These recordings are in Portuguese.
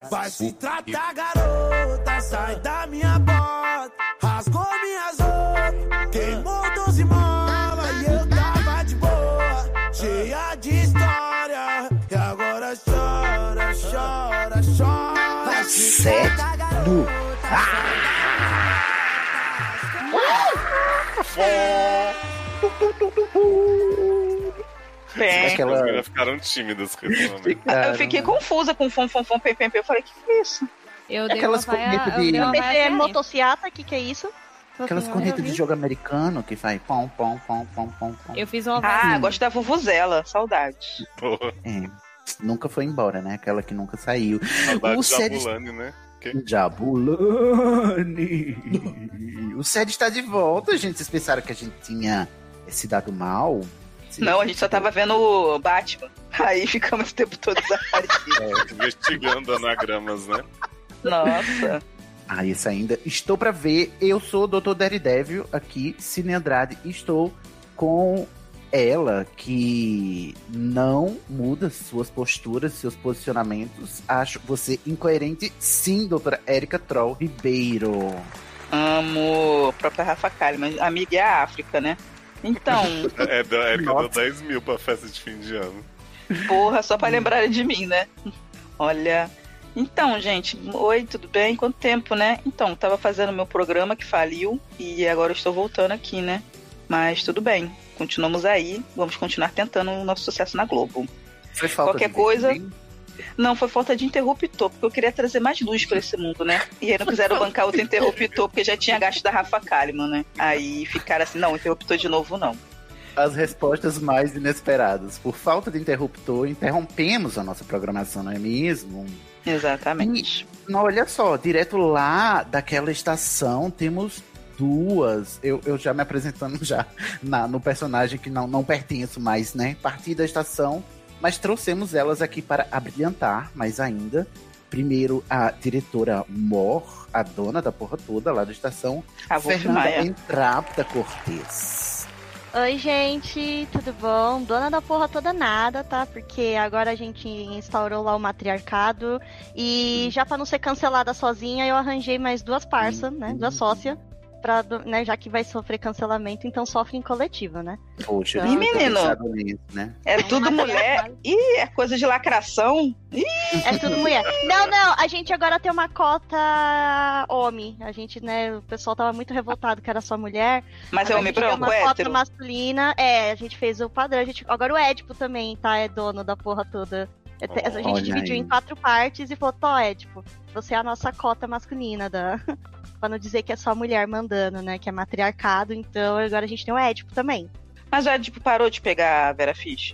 Vai se tratar, garota, sai da minha bota. Rasgou minhas roupas, queimou 12 molas. E eu tava de boa, cheia de história. E agora chora, chora, chora. Sério? Bem, As meninas ficaram tímidas com esse nome. eu fiquei confusa com fom, fom, fom, pem, pem, pem. Eu falei, que é isso? Eu dei Aquelas uma vaia, cornetas eu de- dei uma Pensei, é vaia motociata, que é isso? Aquelas cornetas de jogo americano que faz pom, pom, pom, pom, pom, pom. Eu fiz uma vaia. Ah, gosto da Vuvuzela, saudades. Porra, É, nunca foi embora, né? Aquela que nunca saiu. saudade O de Sede- Jabulani, né? Jabulani. O Sede está de volta, gente. Vocês pensaram que a gente tinha se dado mal? Não, a gente só tava vendo o Batman. Aí ficamos o tempo todo desaparecidos. Investigando anagramas, né? Nossa. Ah, isso ainda. Estou pra ver. Eu sou o Dr. Daredevil aqui, Cine Andrade. Estou com ela que não muda suas posturas, seus posicionamentos. Acho você incoerente, sim, doutora Érica Troll Ribeiro. Amo. Própria Rafa Kalimann. Amiga é a África, né? Então, É da Erika Nossa. deu 10 mil pra festa de fim de ano. porra, só pra lembrarem de mim, né? Olha. Então, gente, oi, tudo bem? Quanto tempo, né? Então, tava fazendo meu programa que faliu e agora eu estou voltando aqui, né? Mas tudo bem, continuamos aí, vamos continuar tentando o nosso sucesso na Globo. Foi falta Qualquer de coisa- investimento? Não, foi falta de interruptor, porque eu queria trazer mais luz pra esse mundo, né? E aí não quiseram bancar outro interruptor, porque já tinha gasto da Rafa Kalimann, né? Aí ficaram assim, não, interruptor de novo não. As respostas mais inesperadas. Por falta de interruptor, interrompemos a nossa programação, não é mesmo? Exatamente. Não, olha só, direto lá daquela estação temos duas. Eu já me apresentando já no personagem que não pertenço mais, né? Parti da estação, mas trouxemos elas aqui para abrilhantar mais ainda. Primeiro, a diretora Mor, a dona da porra toda lá da estação, A Wolf Fernanda Maia. Entrapta Cortez. Oi, gente, tudo bom? Dona da porra toda nada, tá? Porque agora a gente instaurou lá o matriarcado e já pra não ser cancelada sozinha, eu arranjei mais duas parças, né? Duas sócias, pra, né? Já que vai sofrer cancelamento, então sofre em coletiva, né? Poxa, eu Ih, não tinha menino. pensado nisso, né? É tudo mulher. Ih, é coisa de lacração. É tudo mulher. Não, a gente agora tem uma cota homem. A gente, né, o pessoal tava muito revoltado que era só mulher. Mas é Agora homem a gente tem branco, uma cota hétero. masculina. A gente fez o padrão. Agora o Édipo também, tá? É dono da porra toda. A gente Olha dividiu aí. em 4 partes e falou, Tó, Édipo, você é a nossa cota masculina da... pra não dizer que é só mulher mandando, né? Que é matriarcado, então agora a gente tem o Édipo também. Mas o Édipo parou de pegar a Vera Fischer.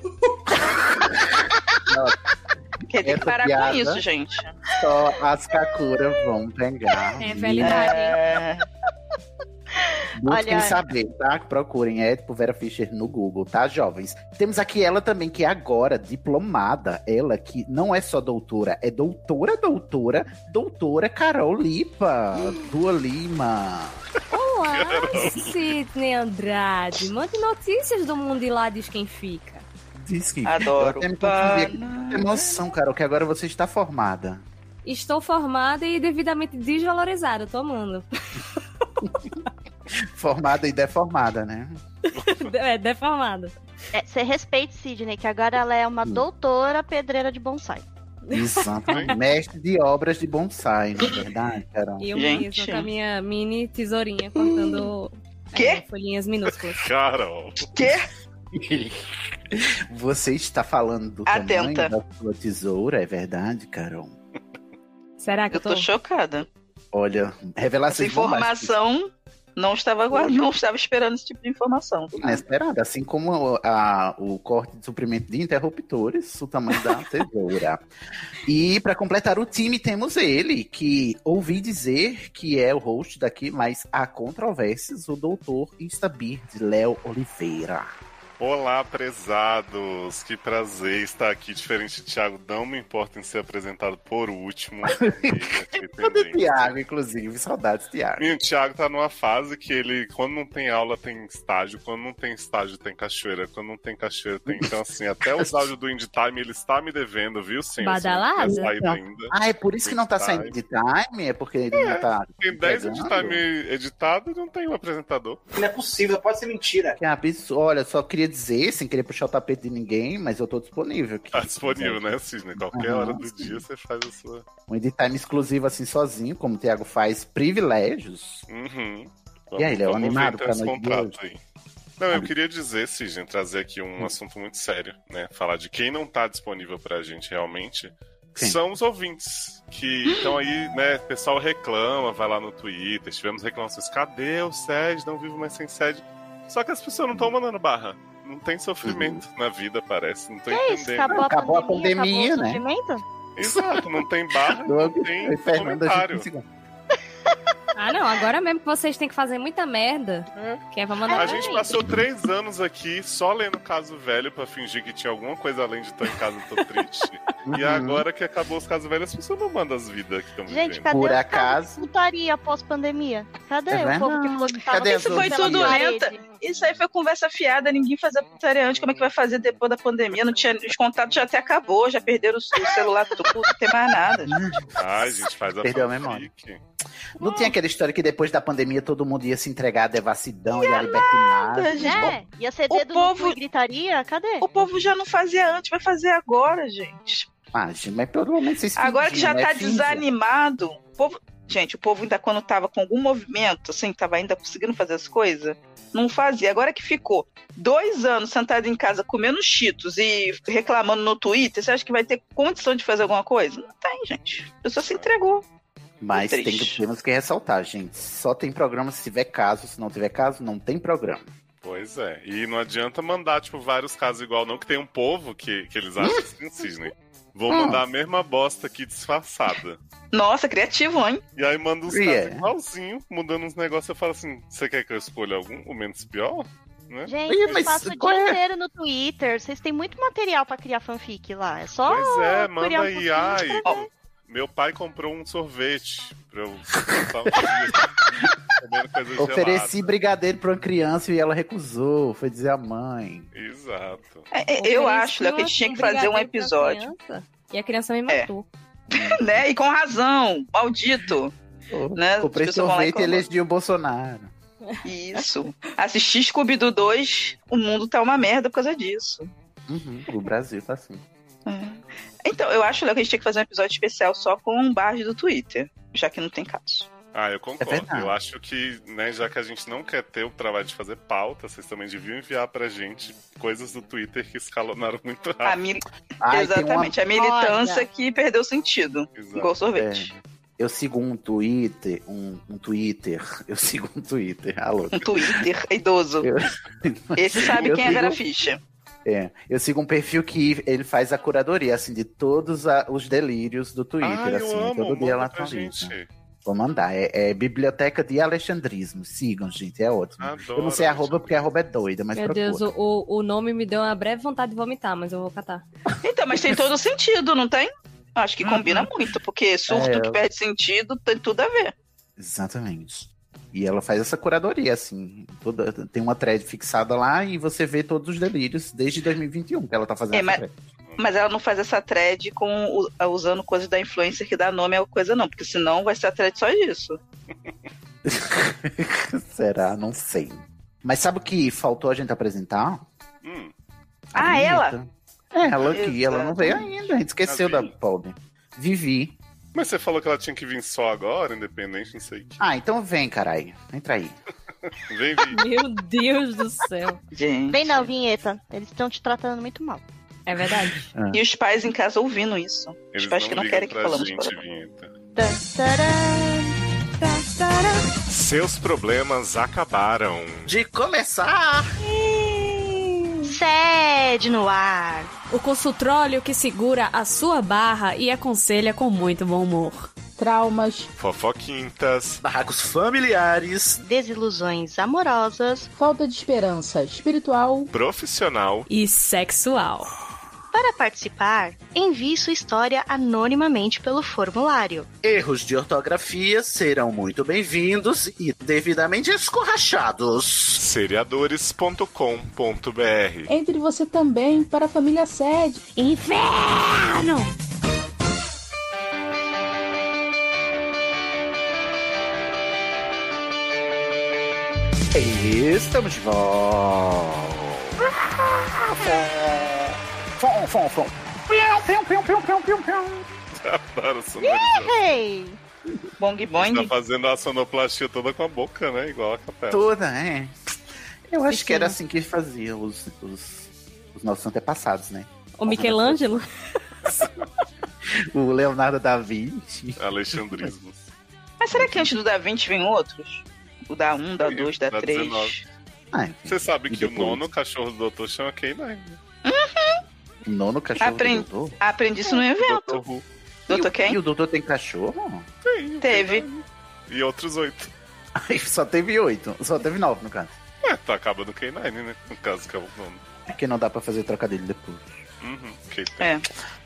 Quer ter que Essa parar piada- com isso, gente. Só as Kakura vão pegar. É verdade. É... Busquem Olha- saber, tá? Procurem Édipo Vera Fischer no Google, tá, jovens? Temos aqui ela também, que é agora diplomada. Ela que não é só doutora, é doutora Carol Lipa. Dua Lima. Olá, Sidney Andrade. Mande notícias do mundo e lá diz quem fica. Diz que Adoro. eu até me confundi aqui. Que emoção, Carol, que agora você está formada. Estou formada e devidamente desvalorizada, tô amando. Formada e deformada, né? É, deformada. Você respeite, Sidney, que agora ela é uma doutora pedreira de bonsai. Exato. Mestre de obras de bonsai, não é verdade, Carol? E eu Gente. mesma com a minha mini tesourinha cortando Quê? folhinhas minúsculas. Carol. Quê? Você está falando do Atenta. tamanho da sua tesoura, é verdade, Carol? Será que Eu tô chocada. Olha, Essa revelações bombásticas. informação não estava esperando esse tipo de informação. Inesperada, assim como o corte de suprimento de interruptores, o tamanho da tesoura. E para completar o time, temos ele, que ouvi dizer que é o host daqui, mas há controvérsias, o doutor Instabir, de Léo Oliveira. Olá, prezados! Que prazer estar aqui. Diferente de Thiago, não me importa em ser apresentado por último. Cadê Thiago, inclusive? Saudades, Thiago. E o Thiago tá numa fase que ele, quando não tem aula, tem estágio. Quando não tem estágio, tem cachoeira. Quando não tem cachoeira, tem... Então, assim, até os áudios do Indie Time, ele está me devendo, viu, sim? Badalada? Ainda. Ah, é por isso que não tá saindo de time? É porque ele não tá... Tem 10 Indie Time editados e não tem um apresentador. Não é possível, pode ser mentira. Que absurdo. Olha, só queria dizer, sem querer puxar o tapete de ninguém, mas eu tô disponível aqui. Tá disponível, né, Cisne? Qualquer hora do dia você faz a sua... Um editime exclusivo assim, sozinho, como o Thiago faz, privilégios. Uhum. E aí, ele é um animado pra esse noite de contrato hoje? aí. Não, eu queria dizer, Cisne, trazer aqui um assunto muito sério, né? Falar de quem não tá disponível pra gente realmente. Sim. São os ouvintes que estão aí, né? O pessoal reclama, vai lá no Twitter, tivemos reclamações. Cadê o SED? Não vivo mais sem SED. Só que as pessoas não estão mandando barra. Não tem sofrimento na vida, parece. Não tô entendendo. Isso? Acabou a pandemia, né? Exato, não tem barra, não tem comentário. Ah, não, agora mesmo que vocês têm que fazer muita merda. Que é pra mandar A pra gente passou 3 anos aqui só lendo caso velho pra fingir que tinha alguma coisa além de estar em casa, tô triste. E agora que acabou os casos velhos, as pessoas não mandam as vidas que estão vivendo. Gente, cadê Por o acaso. putaria pós-pandemia? Cadê o povo que falou que tava Cadê Isso foi tudo lenta. Isso aí foi conversa fiada, ninguém fazia putaria antes. Como é que vai fazer depois da pandemia? Não tinha, os contatos já até acabou, já perderam o celular tudo, não tem mais nada. Ai, gente, faz a Perdeu a memória. Não tinha aquela história que depois da pandemia todo mundo ia se entregar à devassidão e à libertinagem. É, ia ser dedo no cu e gritaria? Cadê? O povo já não fazia antes, vai fazer agora, gente. Ah, gente, mas pelo menos vocês Agora que já fingiam, tá né? Finge. desanimado, o povo... Gente, o povo ainda quando tava com algum movimento, assim, tava ainda conseguindo fazer as coisas, não fazia. Agora que ficou 2 anos sentado em casa comendo Cheetos e reclamando no Twitter, você acha que vai ter condição de fazer alguma coisa? Não tem, gente. A pessoa se entregou. Mas Triste. temos que ressaltar, gente. Só tem programa se tiver caso. Se não tiver caso, não tem programa. Pois é. E não adianta mandar, tipo, vários casos igual, não, que tem um povo que eles acham assim, Cisne. Vou mandar a mesma bosta aqui disfarçada. Nossa, criativo, hein? E aí manda uns casos igualzinho, mudando uns negócios. Eu falo assim, você quer que eu escolha algum? O menos pior? Né? Gente, Ih, vocês mas passam o qual dia é? inteiro no Twitter. Vocês têm muito material pra criar fanfic lá. É só Pois é, manda criar aí. fanfic Ai, pra ver. meu pai comprou um sorvete pra eu passar um dia comendo coisa Ofereci gelada. brigadeiro pra uma criança e ela recusou. Foi dizer a mãe. Exato. Eu acho, Léo, que a gente tinha que fazer um episódio. E a criança me matou. Né? E com razão, maldito. Né? Comprei As pessoas vão lá e sorvete e elegeu o Bolsonaro. Isso. Assistir Scooby-Doo 2, o mundo tá uma merda por causa disso. O Brasil tá assim. Então, eu acho, Léo, que a gente tinha que fazer um episódio especial só com bars do Twitter, já que não tem caso. Ah, eu É concordo. verdade. Eu acho que, né, já que a gente não quer ter o trabalho de fazer pauta, vocês também deviam enviar pra gente coisas do Twitter que escalonaram muito rápido. Exatamente, a militância Olha. que perdeu sentido. Exato. Igual sorvete. Eu sigo um Twitter, eu sigo um Twitter, alô. Um Twitter idoso. Eu- Esse sabe Eu quem é Vera sigo- Ficha. Eu sigo um perfil que ele faz a curadoria, assim, de todos os delírios do Twitter, Ai, assim, eu amo, todo dia ela manda pra atualiza. gente. Vou mandar, é Biblioteca de Alexandrismo, sigam, gente, é ótimo. Adoro, Eu não sei arroba porque arroba é doida, mas Meu procura. Deus, o nome me deu uma breve vontade de vomitar, mas eu vou catar. Então, mas tem todo sentido, não tem? Acho que combina muito, porque surto que perde sentido tem tudo a ver. Exatamente. E ela faz essa curadoria, assim, tem uma thread fixada lá e você vê todos os delírios desde 2021 que ela tá fazendo essa thread. Mas ela não faz essa thread usando coisas da influencer que dá nome a coisa, não. Porque senão vai ser a thread só disso. Será? Não sei. Mas sabe o que faltou a gente apresentar? Ah, ela? vinheta. Ela aqui, ela não veio ainda. A gente esqueceu da pobre. Vivi. Mas você falou que ela tinha que vir só agora, independente, não sei o que. Ah, então vem, caralho. Entra aí. Vem, Vi. Meu Deus do céu. Gente. Vem não, vinheta. Eles estão te tratando muito mal. É verdade. E os pais em casa ouvindo isso. Eles os pais que não ligam querem que pra falamos gente, para vinheta. Seus problemas acabaram. De começar! Sede no ar. O consultório que segura a sua barra e aconselha com muito bom humor. traumas, fofoquintas, barracos familiares, desilusões amorosas, falta de esperança espiritual, profissional e sexual. Para participar, envie sua história anonimamente pelo formulário. Erros de ortografia serão muito bem-vindos e devidamente escorrachados. Seriadores.com.br. Entre você também para a família sede. Inferno! Estamos de volta. Fom. Adoro sonorização. Ei! Bong bong. Tá fazendo a sonoplastia toda com a boca, né? Igual a capela. Toda, é. Eu acho que era assim que faziam os nossos antepassados, né? O Michelangelo? O Leonardo da Vinci. Alexandrismos. Mas será que antes do Da Vinci vem outros? O da 1, da 2, da 3? 19. Ai, Você sabe que depois? o nono cachorro do doutor chama K9. o nono cachorro Aprendi. do doutor. Aprendi isso no evento. Doutor Who. Doutor E quem? o doutor tem cachorro? Tem, Teve. K9. E outros 8. Ai, só teve 8. Só teve 9, no caso. Tá acaba no K9, né? No caso que é o nono. É que não dá pra fazer trocadilho depois. K10.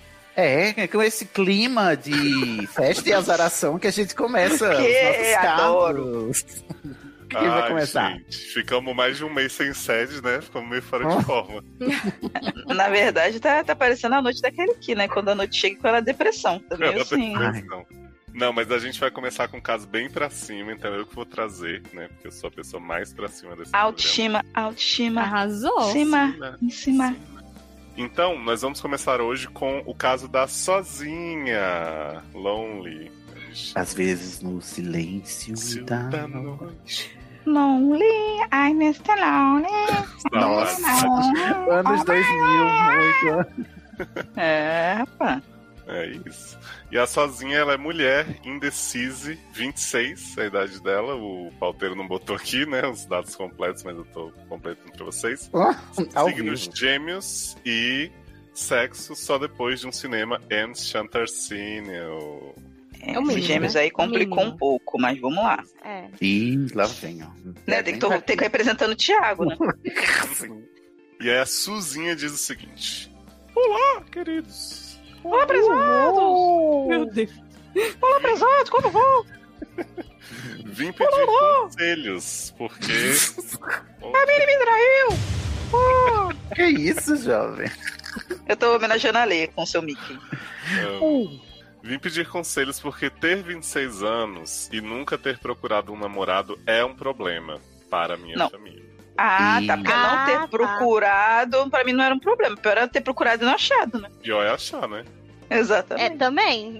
É com esse clima de festa e azaração que a gente começa os Que? nossos Adoro. casos. Quem vai começar? Gente, ficamos mais de um mês sem sede, né? Ficamos meio fora de forma. Na verdade, tá parecendo a noite daquele aqui, né? Quando a noite chega com ela depressão. Também Ela assim. tem pressão. Não, mas a gente vai começar com um caso bem pra cima, então eu que vou trazer, né? Porque eu sou a pessoa mais pra cima desse Autoestima. Arrasou. Em cima. Então, nós vamos começar hoje com o caso da Sozinha. Lonely. Às vezes no silêncio da noite. Lonely, I miss the lonely. Nossa, anos 2000, muito. É, rapaz. É isso. E a Sozinha, ela é mulher, indecise, 26, a idade dela. O pauteiro não botou aqui, né, os dados completos, mas eu tô completando pra vocês. Signos gêmeos e sexo só depois de um cinema and Chantarcínio. Esses gêmeos aí complicou um pouco, mas vamos lá. Ih, lá vem, ó. Né, tem que representando o Thiago, né? E aí a Suzinha diz o seguinte: olá, queridos. Olá, prezados! Meu Deus. Olá, prezados, quando vou? Vim pedir conselhos, porque A Miri me traiu! Que isso, jovem? Eu tô homenageando a Lê com o seu Mickey. Vim pedir conselhos porque ter 26 anos e nunca ter procurado um namorado é um problema para a minha família. Ah, tá. Porque não ter procurado, pra mim não era um problema. Pior era ter procurado e não achado, né? Pior é achar, né? Exatamente. É, também.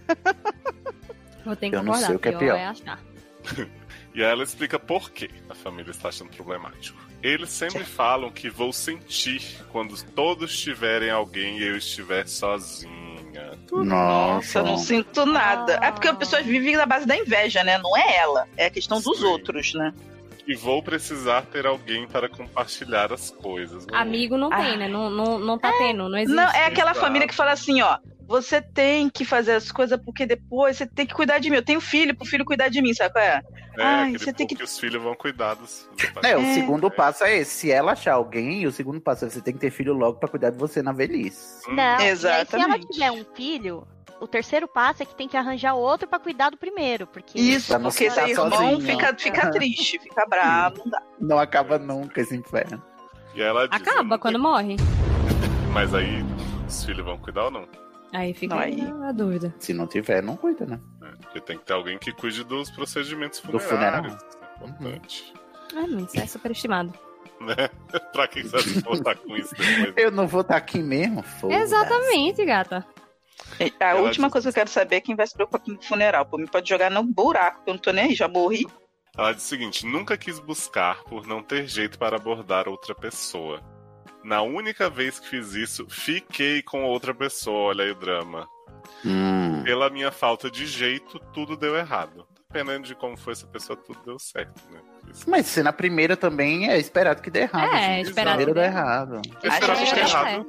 Vou ter que Eu não concordar, sei o que é pior pior. é achar. E aí ela explica por que a família está achando problemático. Eles sempre falam que vou sentir quando todos tiverem alguém e eu estiver sozinha. Nossa, eu não sinto nada. É porque as pessoas vivem na base da inveja, né? Não é ela. É a questão dos outros, né? E vou precisar ter alguém para compartilhar as coisas. Amigo não tem, né? Não tá tendo, não existe. Não, é aquela família que fala assim, ó. Você tem que fazer as coisas porque depois você tem que cuidar de mim. Eu tenho filho, pro filho cuidar de mim, sabe qual é? Ai, você tem que os filhos vão cuidar dos... O segundo passo é esse. Se ela achar alguém, o segundo passo é você tem que ter filho logo pra cuidar de você na velhice. Não, Exatamente. E aí, se ela tiver um filho, o terceiro passo é que tem que arranjar outro pra cuidar do primeiro. Porque Isso, porque seu irmão fica triste, fica bravo. Não dá. Não acaba nunca esse inferno. E ela diz, Acaba quando morre. Mas aí os filhos vão cuidar ou não? Aí fica a dúvida. Se não tiver, não cuida, né? Porque tem que ter alguém que cuide dos procedimentos Do funerários. É importante. Mas isso é superestimado. Né? Pra quem vai se importar com isso depois? Eu não vou estar aqui mesmo, foda-se. Exatamente, gata. A última coisa que eu quero saber é quem vai se preocupar com o funeral. Pô, me pode jogar no buraco, que eu não tô nem aí, já morri. Ela diz o seguinte: nunca quis buscar por não ter jeito para abordar outra pessoa. Na única vez que fiz isso, fiquei com outra pessoa. Olha aí o drama. Pela minha falta de jeito, tudo deu errado. Dependendo de como foi essa pessoa, tudo deu certo, né? Mas se na primeira também é esperado que dê errado. É, gente. esperado Primeiro que dá dê errado. Esperado que dê errado.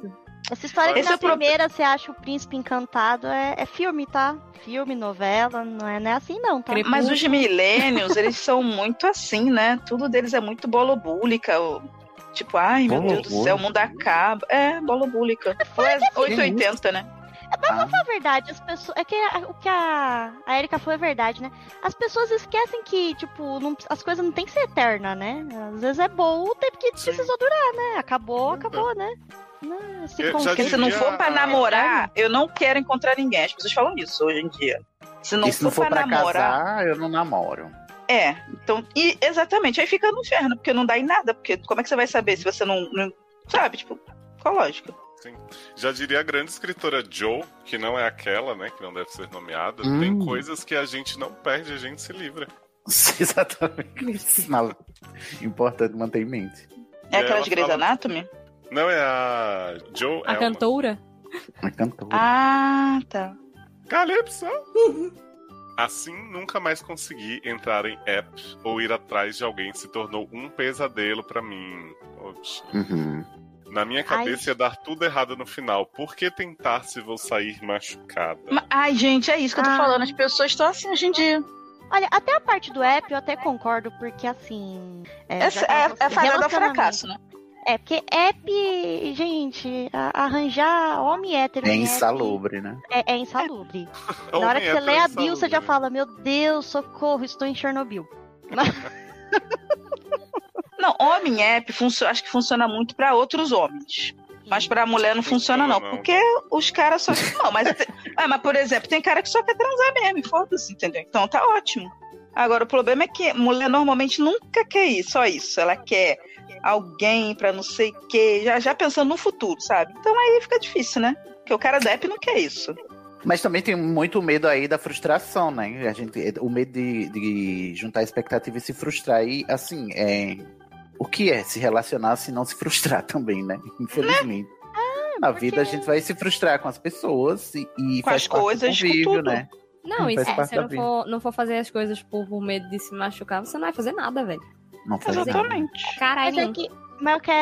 Essa história que Esse na é o pro- primeira você acha o príncipe encantado é filme, tá? Filme, novela, não é assim não, tá? Mas os millennials, eles são muito assim, né? Tudo deles é muito bolobúlica. Tipo, ai meu Deus do céu, o mundo acaba. É, bolobúlica. Ou é 880, né? Mas vamos falar a verdade, as pessoas. É que o que a Erika falou é verdade, né? As pessoas esquecem que, tipo, as coisas não tem que ser eterna, né? Às vezes é bom o tempo que precisou durar, né? Acabou, né? Não, se Porque se não for pra namorar, eu não quero encontrar ninguém. As pessoas falam isso hoje em dia. Se não, E se não for pra namorar. casar, eu não namoro. Então, exatamente, aí fica no inferno, porque não dá em nada, porque como é que você vai saber se você não sabe, tipo, qual a lógica? Sim. Já diria a grande escritora Joe, que não é aquela, né, que não deve ser nomeada, tem coisas que a gente não perde, a gente se livra. Exatamente. Sinal importante manter em mente. É aquela de Grey's fala... Anatomy? Não, é a Joe A Elman. cantora? A cantora. Ah, tá. Calypso! Assim, nunca mais consegui entrar em app ou ir atrás de alguém se tornou um pesadelo pra mim. Oxe. Na minha cabeça ia dar tudo errado no final. Por que tentar se vou sair machucada? Ai, gente, é isso que eu tô falando. As pessoas estão assim hoje em dia. Olha, até a parte do app eu até concordo, porque assim. Essa é a falha do fracasso, né? É, porque app, gente, arranjar homem hétero. É insalubre, né? É insalubre. Na hora que você lê a bio, você já fala: Meu Deus, socorro, estou em Chernobyl. Não, homem app acho que funciona muito pra outros homens. Mas pra mulher não funciona, não. Porque os caras só. Não, mas por exemplo, tem cara que só quer transar mesmo, foda-se, entendeu? Então tá ótimo. Agora, o problema é que mulher normalmente nunca quer isso, só isso. Ela quer alguém pra não sei o quê, já pensando no futuro, sabe? Então aí fica difícil, né? Porque o cara da app não quer isso. Mas também tem muito medo aí da frustração, né? O medo de juntar expectativa e se frustrar. E, assim, o que é se relacionar se não se frustrar também, né? Infelizmente. Na vida a gente vai se frustrar com as pessoas e com faz as parte coisas, do convívio, com tudo. né? Não, e Faz se parte você da vida. não for fazer as coisas por medo de se machucar, você não vai fazer nada, velho. Não faz Exatamente. Caralho. Mas o que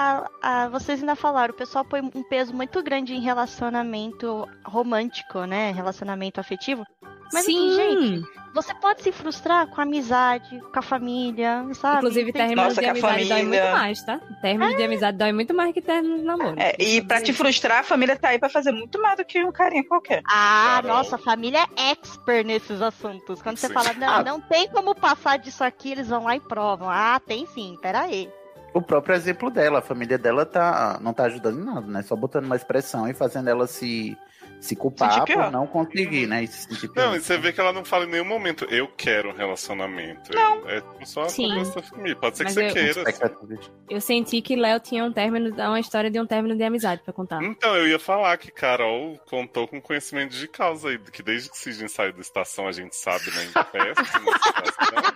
vocês ainda falaram, o pessoal põe um peso muito grande em relacionamento romântico, né? Relacionamento afetivo. Mas Sim. assim, gente, você pode se frustrar com a amizade, com a família, sabe? Inclusive, términos de amizade dói muito mais, tá? Términos de amizade dói muito mais que términos de namoro. E pra te frustrar, a família tá aí pra fazer muito mais do que um carinha qualquer. Nossa, a família é expert nesses assuntos. Quando você fala, não tem como passar disso aqui, eles vão lá e provam. Tem sim, peraí. O próprio exemplo dela, a família dela não tá ajudando em nada, né? Só botando mais pressão e fazendo ela se culpar por não conseguir, né? E se sentir pior. Não, e você vê que ela não fala em nenhum momento, eu quero um relacionamento. Não. É só a Sim. conversa da família. Pode ser Mas que você queira. Eu senti que Léo tinha uma história de um término de amizade pra contar. Então, eu ia falar que Carol contou com conhecimento de causa aí, que desde que Sidney saiu da estação, a gente sabe, né? Péssima situação.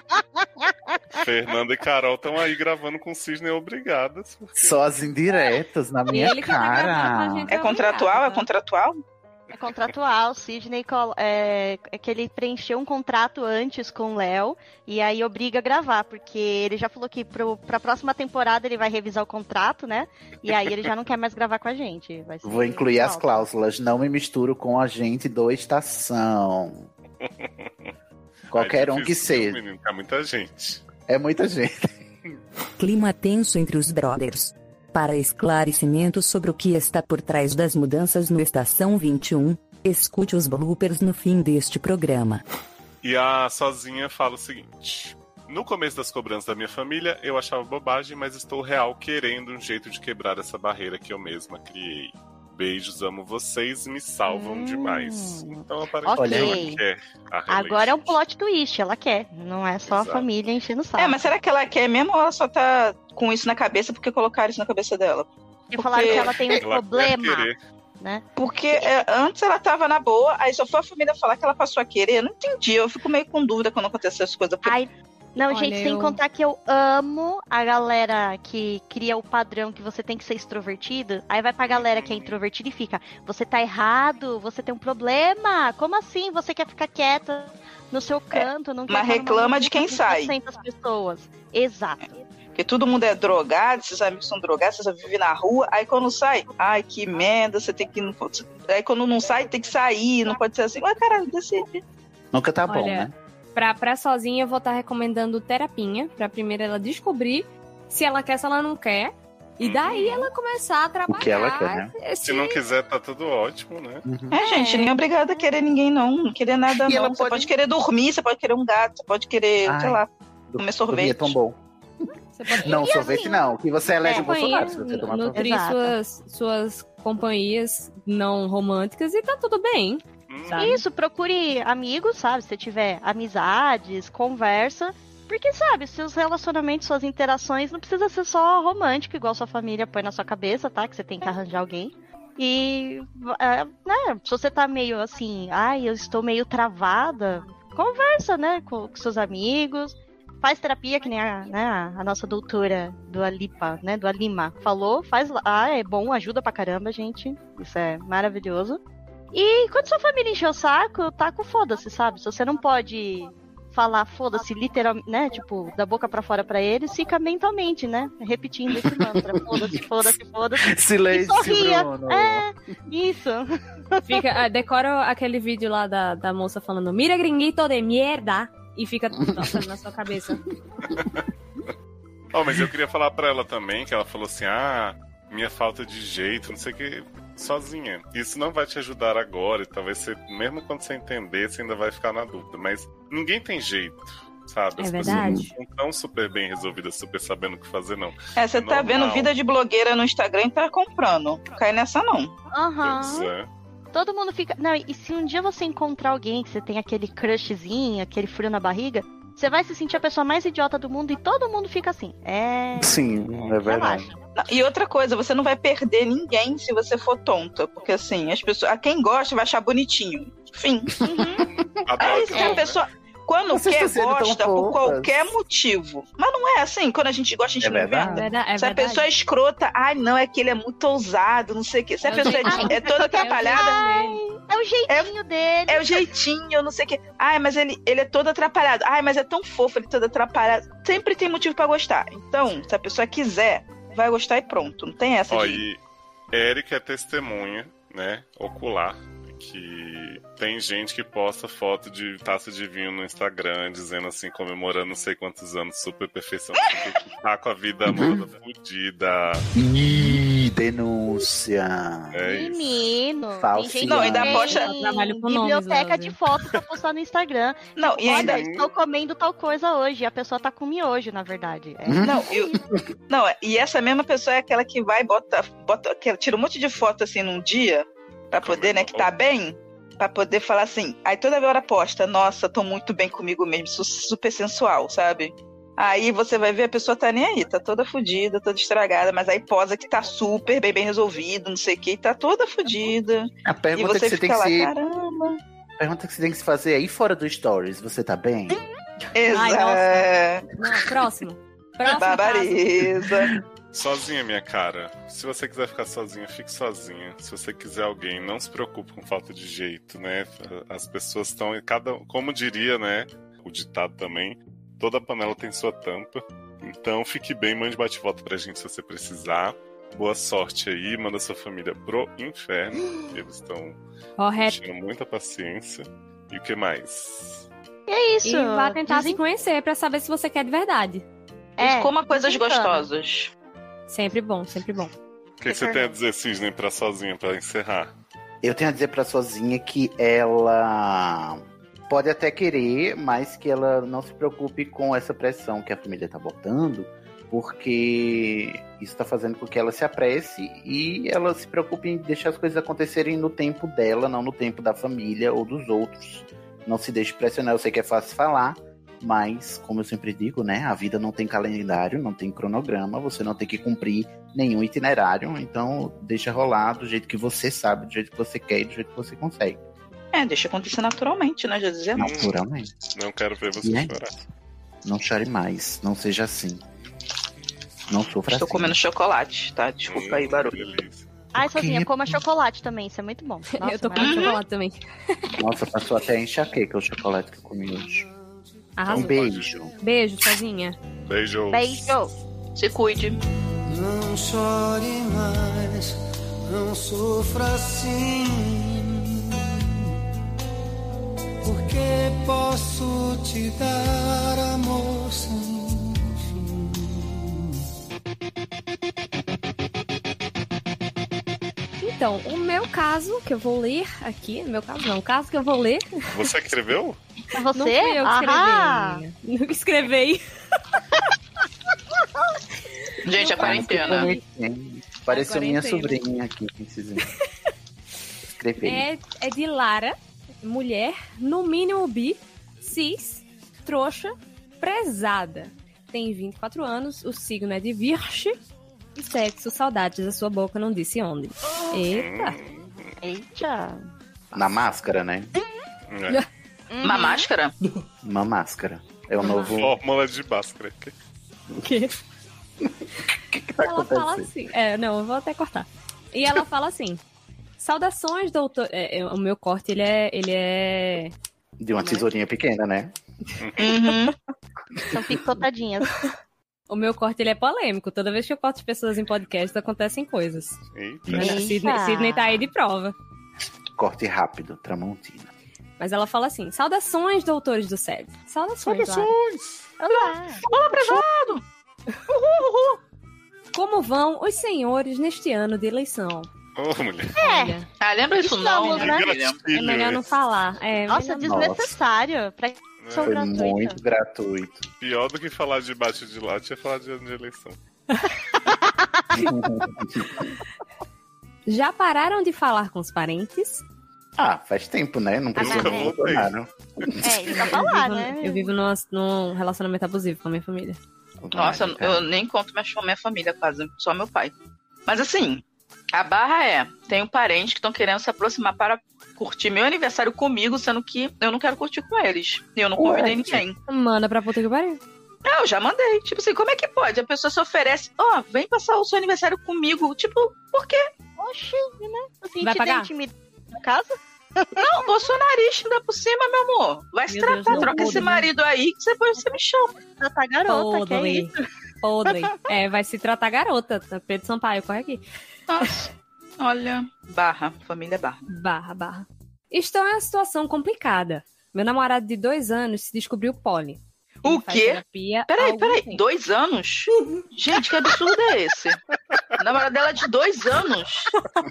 Fernanda e Carol estão aí gravando com Sidney obrigadas. Só as indiretas na minha cara. É contratual? É contratual? É contratual, Sidney é que ele preencheu um contrato antes com o Léo e aí obriga a gravar, porque ele já falou que pra próxima temporada ele vai revisar o contrato, né? E aí ele já não quer mais gravar com a gente. Vou incluir as cláusulas, não me misturo com a gente do Estação. Qualquer um que seja. Menino, é muita gente. É muita gente. Clima tenso entre os brothers. Para esclarecimento sobre o que está por trás das mudanças no Estação 21, escute os bloopers no fim deste programa. E a Sozinha fala o seguinte: no começo das cobranças da minha família, eu achava bobagem, mas estou real querendo um jeito de quebrar essa barreira que eu mesma criei. Beijos, amo vocês, me salvam demais. Então, aparentemente, ela quer a reeleição. Agora é um plot twist, ela quer. Não é só a família enchendo o saco. Mas será que ela quer mesmo ou ela só tá com isso na cabeça porque colocaram isso na cabeça dela? E falaram que ela tem um problema. Né? Porque antes ela tava na boa, aí só foi a família falar que ela passou a querer. Eu não entendi, eu fico meio com dúvida quando acontece essas coisas. Porque... Não, olha, gente, sem contar que eu amo a galera que cria o padrão que você tem que ser extrovertido. Aí vai pra galera que é introvertida e fica: você tá errado, você tem um problema. Como assim? Você quer ficar quieta no seu canto? Não quer mas reclama de quem sai. Pessoas. Exato. Porque todo mundo é drogado, seus amigos são drogados, você só vive na rua, aí quando sai, ai, que merda, você tem que... Aí quando não sai, tem que sair, não pode ser assim. Mas, caralho, decide. Nunca tá bom, Olha, né? Pra sozinha, eu vou estar recomendando terapinha, pra primeiro ela descobrir se ela quer, se ela não quer. E daí ela começar a trabalhar. O que ela quer, né? Se não quiser, tá tudo ótimo, né? Gente, nem é obrigada a querer ninguém, não querer nada, E ela não. Você pode querer dormir, você pode querer um gato, você pode querer, sei lá, comer sorvete. É tão bom. Você pode... Não, sorvete não, que você elege o Bolsonaro. Se Companhia, você tomar sorvete. nutrir suas companhias não românticas e tá tudo bem. Sabe? Isso, procure amigos, sabe? Se tiver amizades, conversa. Porque, sabe, seus relacionamentos, suas interações não precisa ser só romântico, igual sua família põe na sua cabeça, tá? Que você tem que arranjar alguém. E, né, se você tá meio assim, ai, eu estou meio travada, conversa, né, com seus amigos. Faz terapia, que nem a nossa doutora do Alipa, né, do Alima falou. Faz lá, é bom, ajuda pra caramba, gente. Isso é maravilhoso. E quando sua família encher o saco, tá com foda-se, sabe? Se você não pode falar foda-se literalmente, né? Tipo, da boca pra fora pra eles, fica mentalmente, né? Repetindo esse mantra. Foda-se, foda-se, foda-se. Silêncio, e sorria. Bruno. Isso. Fica, decora aquele vídeo lá da moça falando mira gringuito de merda e fica tocando na sua cabeça. Mas eu queria falar pra ela também, que ela falou assim, minha falta de jeito, não sei o que, sozinha. Isso não vai te ajudar agora, e talvez você, mesmo quando você entender, você ainda vai ficar na dúvida. Mas ninguém tem jeito, sabe? As pessoas não estão super bem resolvidas, super sabendo o que fazer, não. Você tá vendo vida de blogueira no Instagram e tá comprando. Não cai nessa, não. Pois é. Todo mundo fica... Não, e se um dia você encontrar alguém que você tem aquele crushzinho, aquele frio na barriga, você vai se sentir a pessoa mais idiota do mundo e todo mundo fica assim. Sim, é verdade. Não, e outra coisa, você não vai perder ninguém se você for tonta. Porque assim, as pessoas, a quem gosta vai achar bonitinho. Fim. É isso que a pessoa... Quando quer, gosta por qualquer motivo. Mas não é assim, quando a gente gosta, a gente não inventa. Se a pessoa é escrota, não, é que ele é muito ousado, não sei o quê. Se a pessoa é toda atrapalhada... É o jeitinho dele. É o jeitinho, não sei o quê. Mas ele é todo atrapalhado. Mas é tão fofo, ele todo atrapalhado. Sempre tem motivo pra gostar. Então, se a pessoa quiser, vai gostar e pronto. Não tem essa E Eric é testemunha, né, ocular, que tem gente que posta foto de taça de vinho no Instagram, dizendo assim, comemorando não sei quantos anos, super perfeição, que tá com a vida amada fodida. Ih, denúncia. Menino. Falso. Tem gente Não, ainda posta biblioteca de fotos pra postar no Instagram. Não, e ainda... estou comendo tal coisa hoje. A pessoa tá com miojo, na verdade. E essa mesma pessoa é aquela que vai que tira um monte de foto assim num dia, pra poder, né, que tá bem, pra poder falar assim, aí toda hora posta, nossa, tô muito bem comigo mesmo, super sensual, sabe? Aí você vai ver, a pessoa tá nem aí, tá toda fodida, toda estragada, mas aí posa que tá super bem resolvido, não sei o que, e tá toda fodida. A pergunta e você que você fica tem que caramba. A pergunta que você tem que se fazer aí fora do Stories, você tá bem? Exato. Próximo. Barbariza. Sozinha, minha cara. Se você quiser ficar sozinha, fique sozinha. Se você quiser alguém, não se preocupe com falta de jeito, né? As pessoas estão... Como diria, né? O ditado também. Toda panela tem sua tampa. Então, fique bem, mande bate-volta pra gente se você precisar. Boa sorte aí. Manda sua família pro inferno. Eles estão tendo muita paciência. E o que mais? É isso. E vá tentar se conhecer pra saber se você quer de verdade. Coma coisas gostosas. Sempre bom, sempre bom. O que você tem a dizer, Cisne, pra sozinha, pra encerrar? Eu tenho a dizer pra sozinha que ela pode até querer, mas que ela não se preocupe com essa pressão que a família tá botando, porque isso tá fazendo com que ela se apresse e ela se preocupe em deixar as coisas acontecerem no tempo dela, não no tempo da família ou dos outros. Não se deixe pressionar, eu sei que é fácil falar, mas, como eu sempre digo, né, a vida não tem calendário, não tem cronograma, você não tem que cumprir nenhum itinerário, então deixa rolar do jeito que você sabe, do jeito que você quer e do jeito que você consegue. Deixa acontecer naturalmente, né, já dizia não. Naturalmente. Não quero ver você chorar. Não chore mais, não seja assim. Não sofra Estou assim. comendo chocolate, tá? Desculpa aí, barulho. Sozinha, coma chocolate também, isso é muito bom. Nossa, eu tô comendo chocolate também. Nossa, passou até a enxaqueca o chocolate que eu comi hoje. Arrasou. Um beijo. Beijo, sozinha. Beijo. Beijo. Se cuide. Não chore mais, não sofra assim, porque posso te dar amor sem fim. Então, o meu caso que eu vou ler aqui, meu caso não, o caso que eu vou ler. Você que escreveu? Você? Não fui eu que escrevi. Não escrevi. Gente, a quarentena. Pareceu minha quarentena. sobrinha aqui. Escrever. É de Lara, mulher, no mínimo bi, cis, trouxa, prezada. Tem 24 anos, o signo é de Virgem e sexo, saudades da sua boca, não disse onde. Eita. Eita. Na máscara, né? Uma máscara? Uma máscara. É o novo. Fórmula de máscara. O quê? Tá Ela fala acontecendo? assim. Não, eu vou até cortar. E ela fala assim: saudações, doutor. O meu corte, ele é. De uma tesourinha pequena, né? São picotadinhas. O meu corte, ele é polêmico. Toda vez que eu corto as pessoas em podcast, acontecem coisas. Eita. Sidney tá aí de prova. Corte rápido, Tramontina. Mas ela fala assim: saudações, doutores do SED. Saudações. Olá. Olá, prezado! Como vão os senhores neste ano de eleição? Ô, mulher. Olha, Lembra isso não, Estamos, né? é melhor não falar. Nossa, melhor não. desnecessário. São Foi gratuita. muito gratuito. Pior do que falar de bate de latte é falar de ano de eleição. Já pararam de falar com os parentes? Faz tempo, né? Não precisa nunca nem voltei. Bolsonaro. Isso pra falar, né? Eu vivo num relacionamento abusivo com a minha família. Nossa, eu nem conto minha família quase, só meu pai. Mas assim, a barra tenho parentes que estão querendo se aproximar para curtir meu aniversário comigo, sendo que eu não quero curtir com eles. E eu não convidei ninguém. Manda pra puta que pariu. Não, eu já mandei. Tipo assim, como é que pode? A pessoa se oferece, vem passar o seu aniversário comigo. Tipo, por quê? Oxi, né? Assim, Vai te pagar? dei intimidade na casa? Não, bolsonarista ainda por cima, meu amor. Vai se Meu Deus, tratar, não, troca esse podre, né? marido aí que depois você me chama. Tratar garota, que é Podre. isso? Podre. Vai se tratar garota. Pedro Sampaio, corre aqui. Nossa, olha, barra, família barra. Barra. Estou em uma situação complicada. Meu namorado de 2 anos se descobriu poli. O Ele faz quê? terapia há Peraí, algum tempo. 2 anos? Gente, que absurdo é esse? A namorada dela é de 2 anos.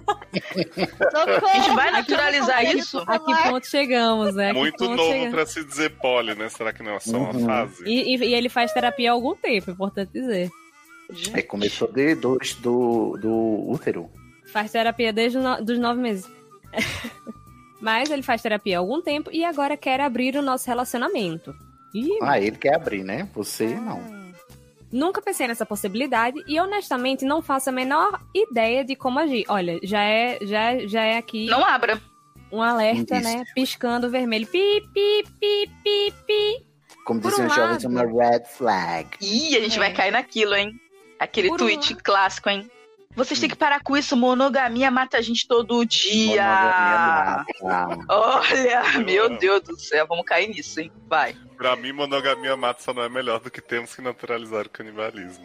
A gente vai naturalizar isso? A que ponto chegamos, né? A que Muito ponto novo chegamos? pra se dizer poli, né? Será que não é só uma fase? E ele faz terapia há algum tempo, é importante dizer. Começou do útero. Faz terapia desde dos 9 meses. Mas ele faz terapia há algum tempo e agora quer abrir o nosso relacionamento. Ele quer abrir, né? Você não. Nunca pensei nessa possibilidade e honestamente não faço a menor ideia de como agir. Olha, já é aqui Não abra. um alerta, Isso. né? Piscando vermelho. Pi, pi, pi, pi, pi. Como Por dizem um os jovens, é lado- uma red flag. Ih, a gente vai cair naquilo, hein? Aquele Por um tweet clássico, hein? Vocês têm que parar com isso, monogamia mata a gente todo dia. Monogamia Olha, meu Deus do céu, vamos cair nisso, hein? Vai. Pra mim, monogamia mata só não é melhor do que temos que naturalizar o canibalismo.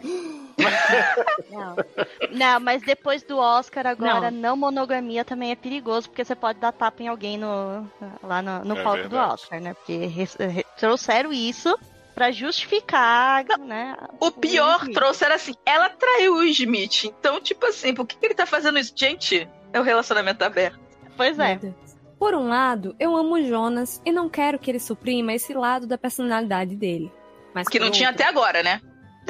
Não, mas depois do Oscar agora, não monogamia também é perigoso, porque você pode dar tapa em alguém lá no É palco do verdade. Oscar, né? Porque trouxeram isso pra justificar, né? O pior Smith. trouxeram assim, ela traiu o Smith. Então, tipo assim, por que ele tá fazendo isso? Gente, é o relacionamento aberto. Pois é. Meu Deus. Por um lado, eu amo o Jonas e não quero que ele suprima esse lado da personalidade dele. Mas Que por não tinha outro, até agora, né?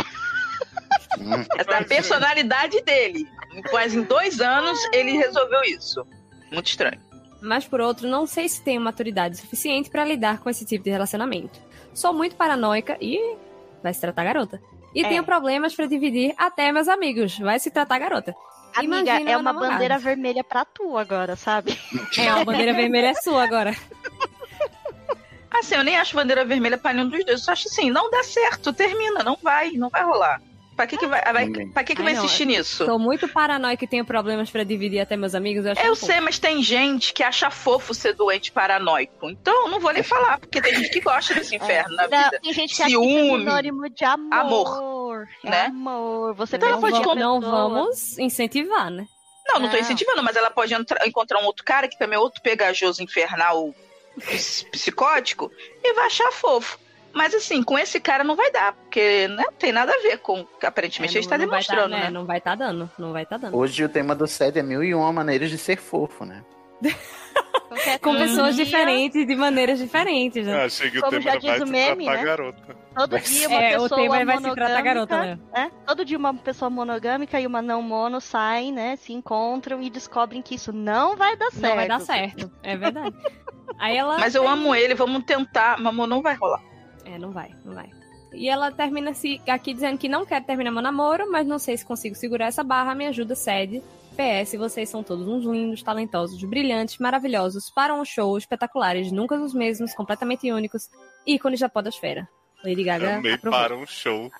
Essa personalidade dele. Mas em 2 anos ele resolveu isso. Muito estranho. Mas por outro, não sei se tenho maturidade suficiente pra lidar com esse tipo de relacionamento. Sou muito paranoica e vai se tratar garota. E tenho problemas pra dividir até meus amigos. Vai se tratar garota. Amiga, Imagina é meu uma namorado. bandeira vermelha pra tu agora, sabe? A bandeira vermelha é sua agora. Assim, eu nem acho bandeira vermelha pra nenhum dos dois. Eu só acho assim, não dá certo, termina, não vai rolar. Pra que vai Ai, não, insistir nisso? Sou muito paranoica e tenho problemas pra dividir até meus amigos. Eu, acho Eu um sei, mas tem gente que acha fofo ser doente paranoico. Então, eu não vou nem falar, porque tem gente que gosta desse inferno na Não, vida. tem gente que acha que Ciúme, é sinônimo de amor. né? Amor, você Então ela pode Não vamos incentivar, né? Não tô incentivando, mas ela pode encontrar um outro cara que também é outro pegajoso, infernal, psicótico, e vai achar fofo. Mas assim, com esse cara não vai dar, porque não tem nada a ver com o que aparentemente ele está demonstrando, né? Não vai estar dando, não vai estar dando. Hoje o tema do SED é 1001 maneiras de ser fofo, né? Com pessoas diferentes, de maneiras diferentes. Né? Achei que o Como tema já vai diz se o meme, tratar né? garota. Todo dia uma pessoa o tema vai se tratar monogâmica, garota, né? Todo dia uma pessoa monogâmica e uma não mono saem, né? Se encontram e descobrem que isso não vai dar certo. Não vai dar certo, é verdade. Aí ela mas eu amo ele, vamos tentar, mas amor, não vai rolar. Não vai. E ela termina aqui dizendo que não quer terminar meu namoro, mas não sei se consigo segurar essa barra, me ajuda, cede. PS, vocês são todos uns lindos, talentosos, brilhantes, maravilhosos, para um show, espetaculares, nunca os mesmos, completamente únicos, ícones da podosfera. Lady Gaga Também aprovou. para um show.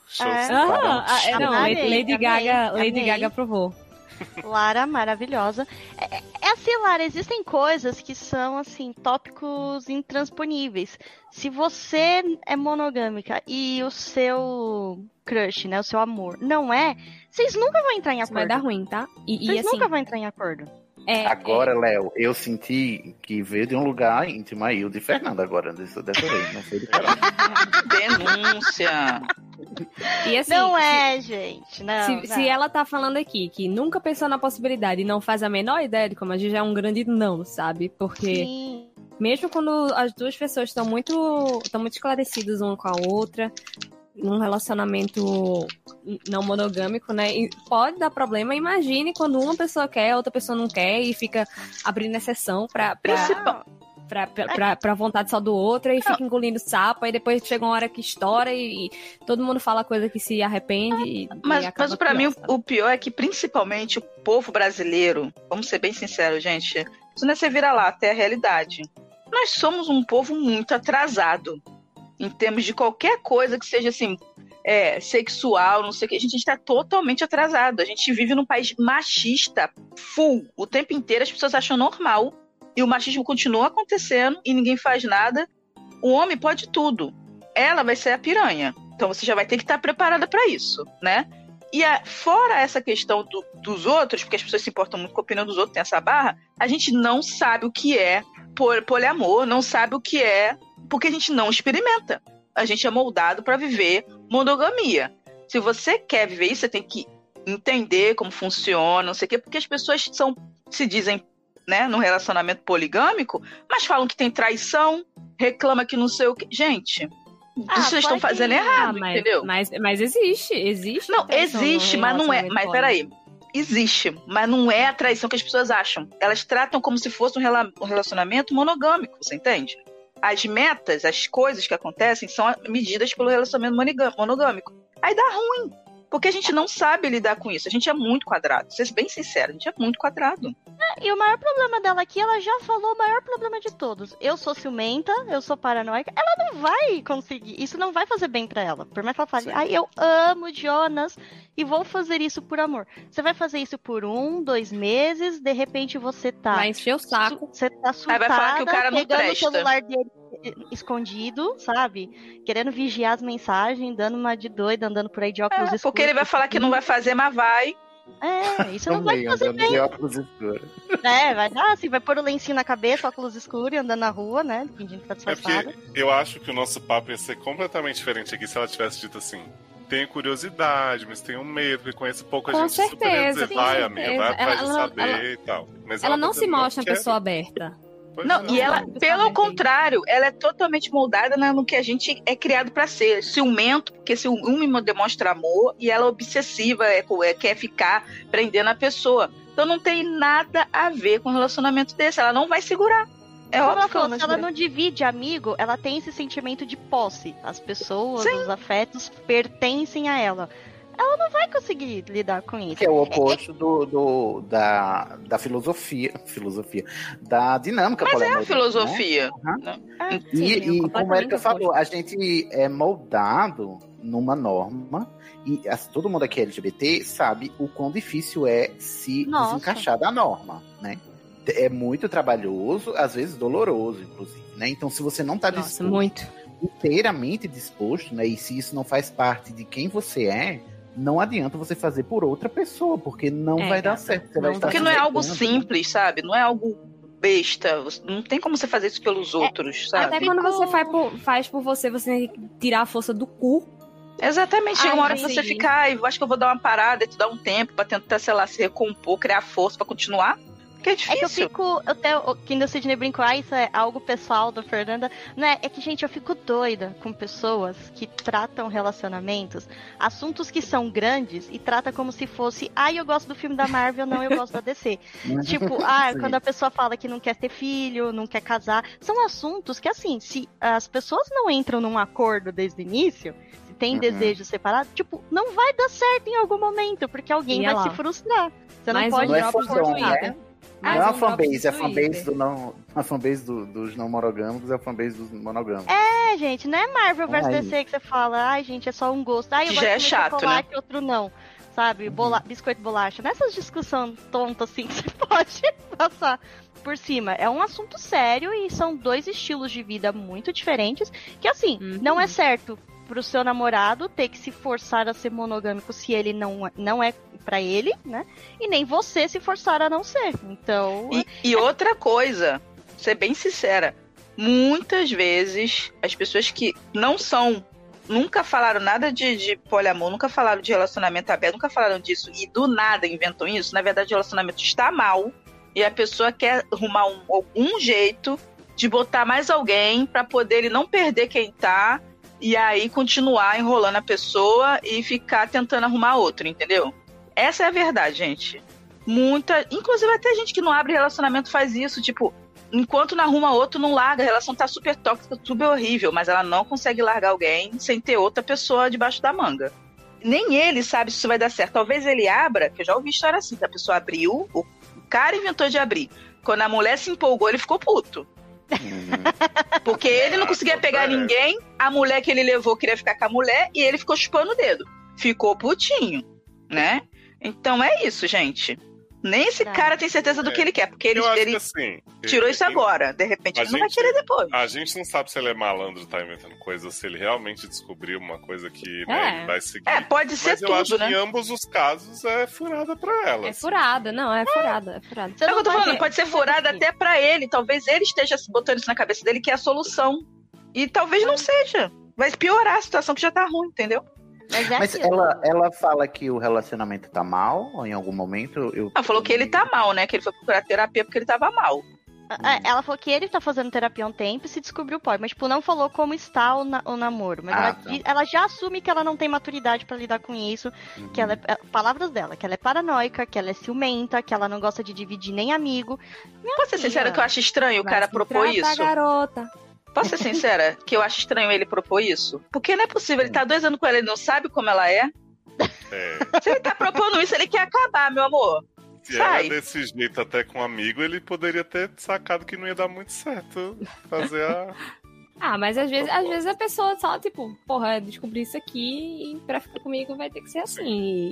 Lady Gaga aprovou. Lara, maravilhosa. É assim, Lara, existem coisas que são, assim, tópicos intransponíveis. Se você é monogâmica e o seu crush, né, o seu amor, não é, vocês nunca vão entrar em acordo. Vai dar ruim, tá? Vocês assim, nunca vão entrar em acordo. Agora, Léo, eu senti que veio de um lugar íntimo aí, o de Fernanda agora, dessa vez, não foi de Carol. Denúncia! E assim, não gente. Não, se ela tá falando aqui que nunca pensou na possibilidade e não faz a menor ideia de como agir, já é um grande não, sabe? Porque mesmo quando as duas pessoas estão muito esclarecidas uma com a outra, num relacionamento não monogâmico, né? E pode dar problema. Imagine quando uma pessoa quer, a outra pessoa não quer e fica abrindo exceção pra vontade só do outro e fica engolindo sapo, aí depois chega uma hora que estoura e todo mundo fala coisa que se arrepende. Mas pra mim o pior é que principalmente o povo brasileiro, vamos ser bem sinceros, gente, isso não é ser vira-lata, é a realidade. Nós somos um povo muito atrasado em termos de qualquer coisa que seja assim, sexual, não sei o que. A gente está totalmente atrasado. A gente vive num país machista full. O tempo inteiro as pessoas acham normal. E o machismo continua acontecendo e ninguém faz nada. O homem pode tudo. Ela vai ser a piranha. Então você já vai ter que estar preparada para isso, né? E fora essa questão dos outros, porque as pessoas se importam muito com a opinião dos outros, tem essa barra, a gente não sabe o que é poliamor, não sabe o que é, porque a gente não experimenta. A gente é moldado para viver monogamia. Se você quer viver isso, você tem que entender como funciona, não sei o quê, porque as pessoas se dizem, né, num relacionamento poligâmico, mas falam que tem traição, reclama que não sei o quê. Gente, vocês estão fazendo errado, entendeu? Mas existe. Não, existe, mas não é. Mas peraí. Existe, mas não é a traição que as pessoas acham. Elas tratam como se fosse um relacionamento monogâmico, você entende? As metas, as coisas que acontecem são medidas pelo relacionamento monogâmico. Aí dá ruim, porque a gente não sabe lidar com isso. A gente é muito quadrado. Ser bem sincero, a gente é muito quadrado. E o maior problema dela aqui, ela já falou o maior problema de todos. Eu sou ciumenta, eu sou paranoica. Ela não vai conseguir, isso não vai fazer bem pra ela. Por mais que ela fale, eu amo Jonas e vou fazer isso por amor. Você vai fazer isso por 1, 2 meses, de repente você tá... Vai encher o saco. Você tá surtada, aí vai falar que o cara não pegando presta. o celular dele escondido, sabe? Querendo vigiar as mensagens, dando uma de doida, andando por aí de óculos escuros. Porque ele vai falar que não vai fazer, mas vai. Isso não vai fazer bem. De óculos escuros. Vai dar assim, vai pôr o lencinho na cabeça, óculos escuros e andando na rua, né? Fingindo que tá disfarçado. Porque eu acho que o nosso papo ia ser completamente diferente aqui se ela tivesse dito assim: tenho curiosidade, mas tenho medo, porque conheço pouco a gente super ia dizer, vai, amiga, vai atrás de saber e tal. Mas ela não se mostra uma pessoa aberta. Não, e ela, pelo contrário, ela é totalmente moldada no que a gente é criado pra ser. Ciumento, porque ciúme demonstra amor, e ela é obsessiva, quer ficar prendendo a pessoa. Então não tem nada a ver com um relacionamento desse. Ela não vai segurar. É óbvio que ela se ela não divide amigo, ela tem esse sentimento de posse. As pessoas, os afetos pertencem a ela. Ela não vai conseguir lidar com isso. Que é o oposto da filosofia, da dinâmica. Mas é a filosofia. Né? E como a Erika falou, a gente é moldado numa norma e todo mundo aqui LGBT sabe o quão difícil é se desencaixar da norma, né? É muito trabalhoso, às vezes doloroso, inclusive, né? Então, se você não está inteiramente disposto, né? E se isso não faz parte de quem você é, não adianta você fazer por outra pessoa, porque não vai dar certo. Você vai estar porque não é algo simples, sabe? Não é algo besta. Não tem como você fazer isso pelos outros, sabe? Até quando você faz por você, você tem que tirar a força do cu. Exatamente, chega uma hora que você fica, eu acho que eu vou dar uma parada e tu dá um tempo pra tentar, sei lá, se recompor, criar força pra continuar. Porque é difícil. É que o Kinder Sidney brincou, isso é algo pessoal da Fernanda, né? É que, gente, eu fico doida com pessoas que tratam relacionamentos, assuntos que são grandes, e trata como se fosse, eu gosto do filme da Marvel, não, eu gosto da DC. Tipo, quando a pessoa fala que não quer ter filho, não quer casar, são assuntos que, assim, se as pessoas não entram num acordo desde o início, tem desejo separado, tipo, não vai dar certo em algum momento, porque alguém vai se frustrar. Você não pode dar fusão, né? Não é a fanbase, é a fanbase a fanbase dos não monogâmicos, é a fanbase dos monogâmicos. É, gente, não é Marvel vs DC que você fala, gente, é só um gosto. Eu já é chato, chocolate, né? Outro não. Sabe, biscoito bolacha. Nessas discussões tontas assim que você pode passar por cima. É um assunto sério e são dois estilos de vida muito diferentes, que assim, não é certo pro seu namorado ter que se forçar a ser monogâmico se ele não é pra ele, né? E nem você se forçar a não ser. Então... E outra coisa, ser bem sincera, muitas vezes as pessoas que nunca falaram nada de poliamor, nunca falaram de relacionamento aberto, nunca falaram disso e do nada inventam isso, na verdade o relacionamento está mal e a pessoa quer arrumar algum jeito de botar mais alguém pra poder ele não perder quem tá e aí continuar enrolando a pessoa e ficar tentando arrumar outro, entendeu? Essa é a verdade, gente. Inclusive até gente que não abre relacionamento faz isso, tipo, enquanto não arruma outro, não larga, a relação tá super tóxica, tudo é horrível, mas ela não consegue largar alguém sem ter outra pessoa debaixo da manga. Nem ele sabe se isso vai dar certo. Talvez ele abra, que eu já ouvi história assim, que a pessoa abriu, o cara inventou de abrir. Quando a mulher se empolgou, ele ficou puto. Porque ele não conseguia pegar ninguém, a mulher que ele levou queria ficar com a mulher e ele ficou chupando o dedo. Ficou putinho, né? Então é isso, gente. Nem esse cara tem certeza do que ele quer, porque ele assim, tirou isso agora. De repente ele não vai querer depois. A gente não sabe se ele é malandro, tá inventando coisas, ou se ele realmente descobriu uma coisa que ele vai seguir. Pode ser mas tudo, eu acho né? que em ambos os casos é furada pra ela. É furada, não, é furada. É o que eu tô falando, pode ser furada até pra ele. Talvez ele esteja botando isso na cabeça dele, que é a solução. E talvez não seja. Vai piorar a situação que já tá ruim, entendeu? Mas ela fala que o relacionamento tá mal, ou em algum momento... Ela falou que ele tá mal, né? Que ele foi procurar terapia porque ele tava mal. Ela falou que ele tá fazendo terapia há um tempo e se descobriu o pó, mas tipo, não falou como está o namoro. Mas ela já assume que ela não tem maturidade pra lidar com isso, que ela palavras dela, que ela é paranoica, que ela é ciumenta, que ela não gosta de dividir nem amigo. Posso ser sincera que eu acho estranho o cara propor isso? Garota. Posso ser sincera que eu acho estranho ele propor isso? Porque não é possível, ele tá 2 anos com ela, ele não sabe como ela é. Se ele tá propondo isso, ele quer acabar, meu amor. Se era desse jeito até com um amigo, ele poderia ter sacado que não ia dar muito certo fazer a... mas às vezes a pessoa só, tipo, porra, descobri isso aqui e pra ficar comigo vai ter que ser assim.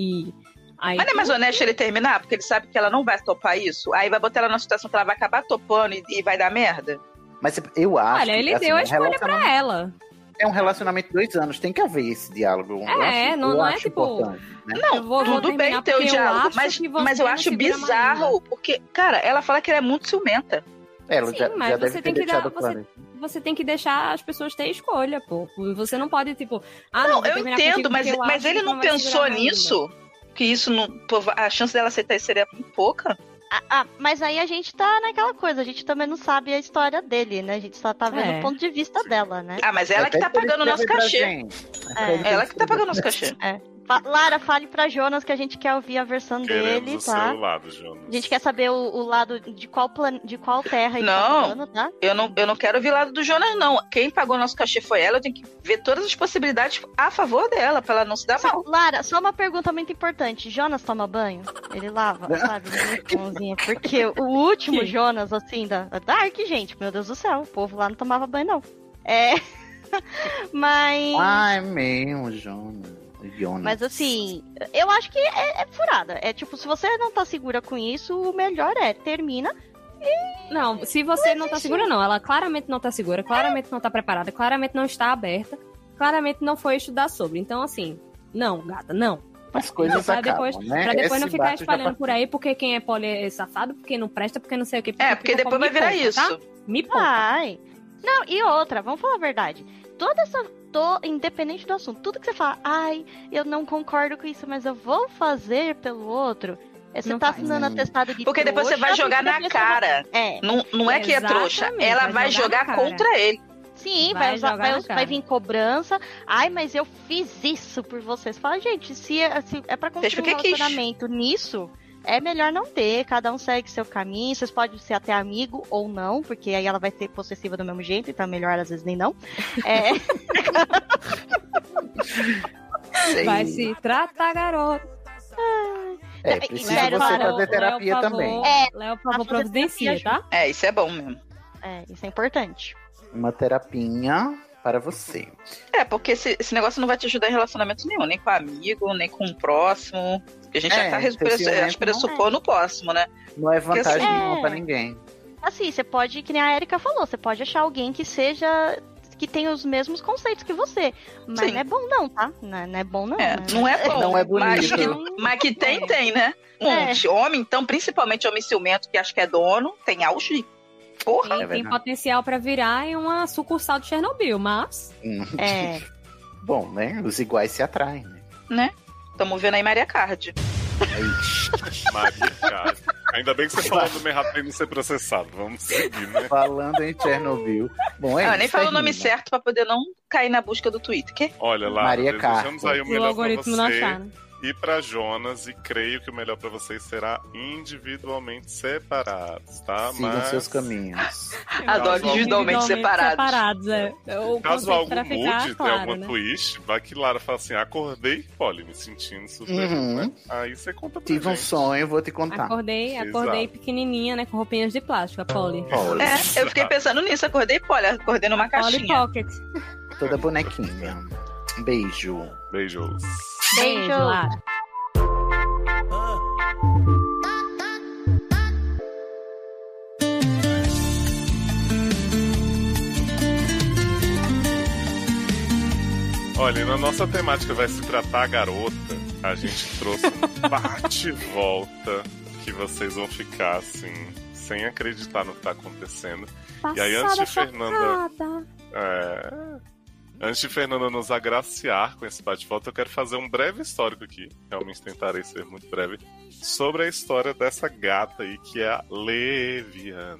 Aí, mas não é mais honesto ele terminar? Porque ele sabe que ela não vai topar isso. Aí vai botar ela numa situação que ela vai acabar topando e vai dar merda. Mas eu acho Olha, ele deu a escolha pra ela. É um relacionamento de 2 anos, tem que haver esse diálogo. Não é tipo... Né? Não, tudo bem ter o diálogo, mas eu acho bizarro, porque, cara, ela fala que ela é muito ciumenta. Sim, mas você tem que dar... Você tem que deixar as pessoas ter escolha, pô. Você não pode, tipo... não, eu entendo, mas ele não pensou nisso? Que isso não... A chance dela aceitar isso seria muito pouca? Mas aí a gente tá naquela coisa, a gente também não sabe a história dele, né? A gente só tá vendo o ponto de vista dela, né? Mas ela que tá pagando o nosso cachê. Ela que tá pagando o nosso cachê. Lara, fale pra Jonas que a gente quer ouvir a versão dele, tá? Seu lado, Jonas. A gente quer saber o lado de qual terra ele tá falando, tá? Eu não quero ouvir o lado do Jonas, não. Quem pagou nosso cachê foi ela, eu tenho que ver todas as possibilidades a favor dela, pra ela não se dar mal. Lara, só uma pergunta muito importante. Jonas toma banho? Ele lava, sabe? Porque o último Jonas, assim, da Dark, gente, meu Deus do céu, o povo lá não tomava banho, não. Mas... é mesmo, Jonas. Mas assim, eu acho que é furada. É tipo, se você não tá segura com isso, o melhor termina e... Não, se você não tá segura, não. Ela claramente não tá segura, claramente não tá preparada, claramente não está aberta, claramente não foi estudar sobre. Então, assim, Não, gata, não. As coisas Pra acabam, depois, né? pra depois não Esse ficar bate já espalhando por aí porque quem é poli é safado, porque não presta, porque não sei o que. Porque depois vai virar isso. Tá? Me poupa. Ai. Não, e outra, vamos falar a verdade. Independente do assunto, tudo que você fala, ai, eu não concordo com isso, mas eu vou fazer pelo outro. Você Não tá faz. assinando atestado de Porque depois você vai jogar na cara. Não é que é trouxa, Exatamente, ela vai vai jogar jogar na cara. contra ele. Sim, Vai jogar na cara. vai vir cobrança. Ai, mas eu fiz isso por vocês. Fala, gente, se é pra construir um relacionamento nisso, é melhor não ter. Cada um segue seu caminho. Vocês podem ser até amigo ou não, porque aí ela vai ser possessiva do mesmo jeito, então é melhor às vezes nem não. Vai se tratar, garoto. Precisa Sério, você Léo, fazer terapia também. Léo, por favor, providencia, tá? Isso é bom mesmo. Isso é importante. Uma terapinha para você. Porque esse negócio não vai te ajudar em relacionamento nenhum, nem com amigo, nem com o próximo. Porque a gente já tá pressupondo o próximo, né? Não é vantagem nenhuma pra ninguém. Assim, você pode, que nem a Erika falou, você pode achar alguém que tem os mesmos conceitos que você. Mas não é bom não, tá? Não é bom não. Não é bom. Não é bonito. Mas que tem, né? Homem, então, principalmente homem ciumento, que acha que é dono, tem auge. Porra. Tem potencial pra virar em uma sucursal de Chernobyl, mas... Bom, né? Os iguais se atraem, né? Estamos vendo aí Maria Card. Maria Card. Ainda bem que você falou do meio rápido não ser processado. Vamos seguir, né? Falando em Chernobyl. Bom, nem falou o nome certo pra poder não cair na busca do Twitter. Que? Olha lá, Maria desejamos aí o melhor pra você. Não achar, né? E pra Jonas, e creio que o melhor pra vocês será individualmente separados, tá? Sigam seus caminhos. Adoro individualmente separados. Caso algum mude, claro, tem alguma né? twist, vai que Lara fala assim, acordei, Polly, me sentindo super, né? Aí você conta pra Tive um gente. sonho, vou te contar. Acordei pequenininha, né, com roupinhas de plástico, a Polly. Eu fiquei pensando nisso, acordei numa caixinha. Polly Pocket. Toda bonequinha. Beijo. Beijos. Beijo, Lara. Olha, e na nossa temática vai se tratar a garota, a gente trouxe um bate-volta que vocês vão ficar assim, sem acreditar no que tá acontecendo. E aí, antes de Fernanda. Antes de Fernanda nos agraciar com esse bate-volta, eu quero fazer um breve histórico aqui. Realmente tentarei ser muito breve. Sobre a história dessa gata aí, que é a Leviana.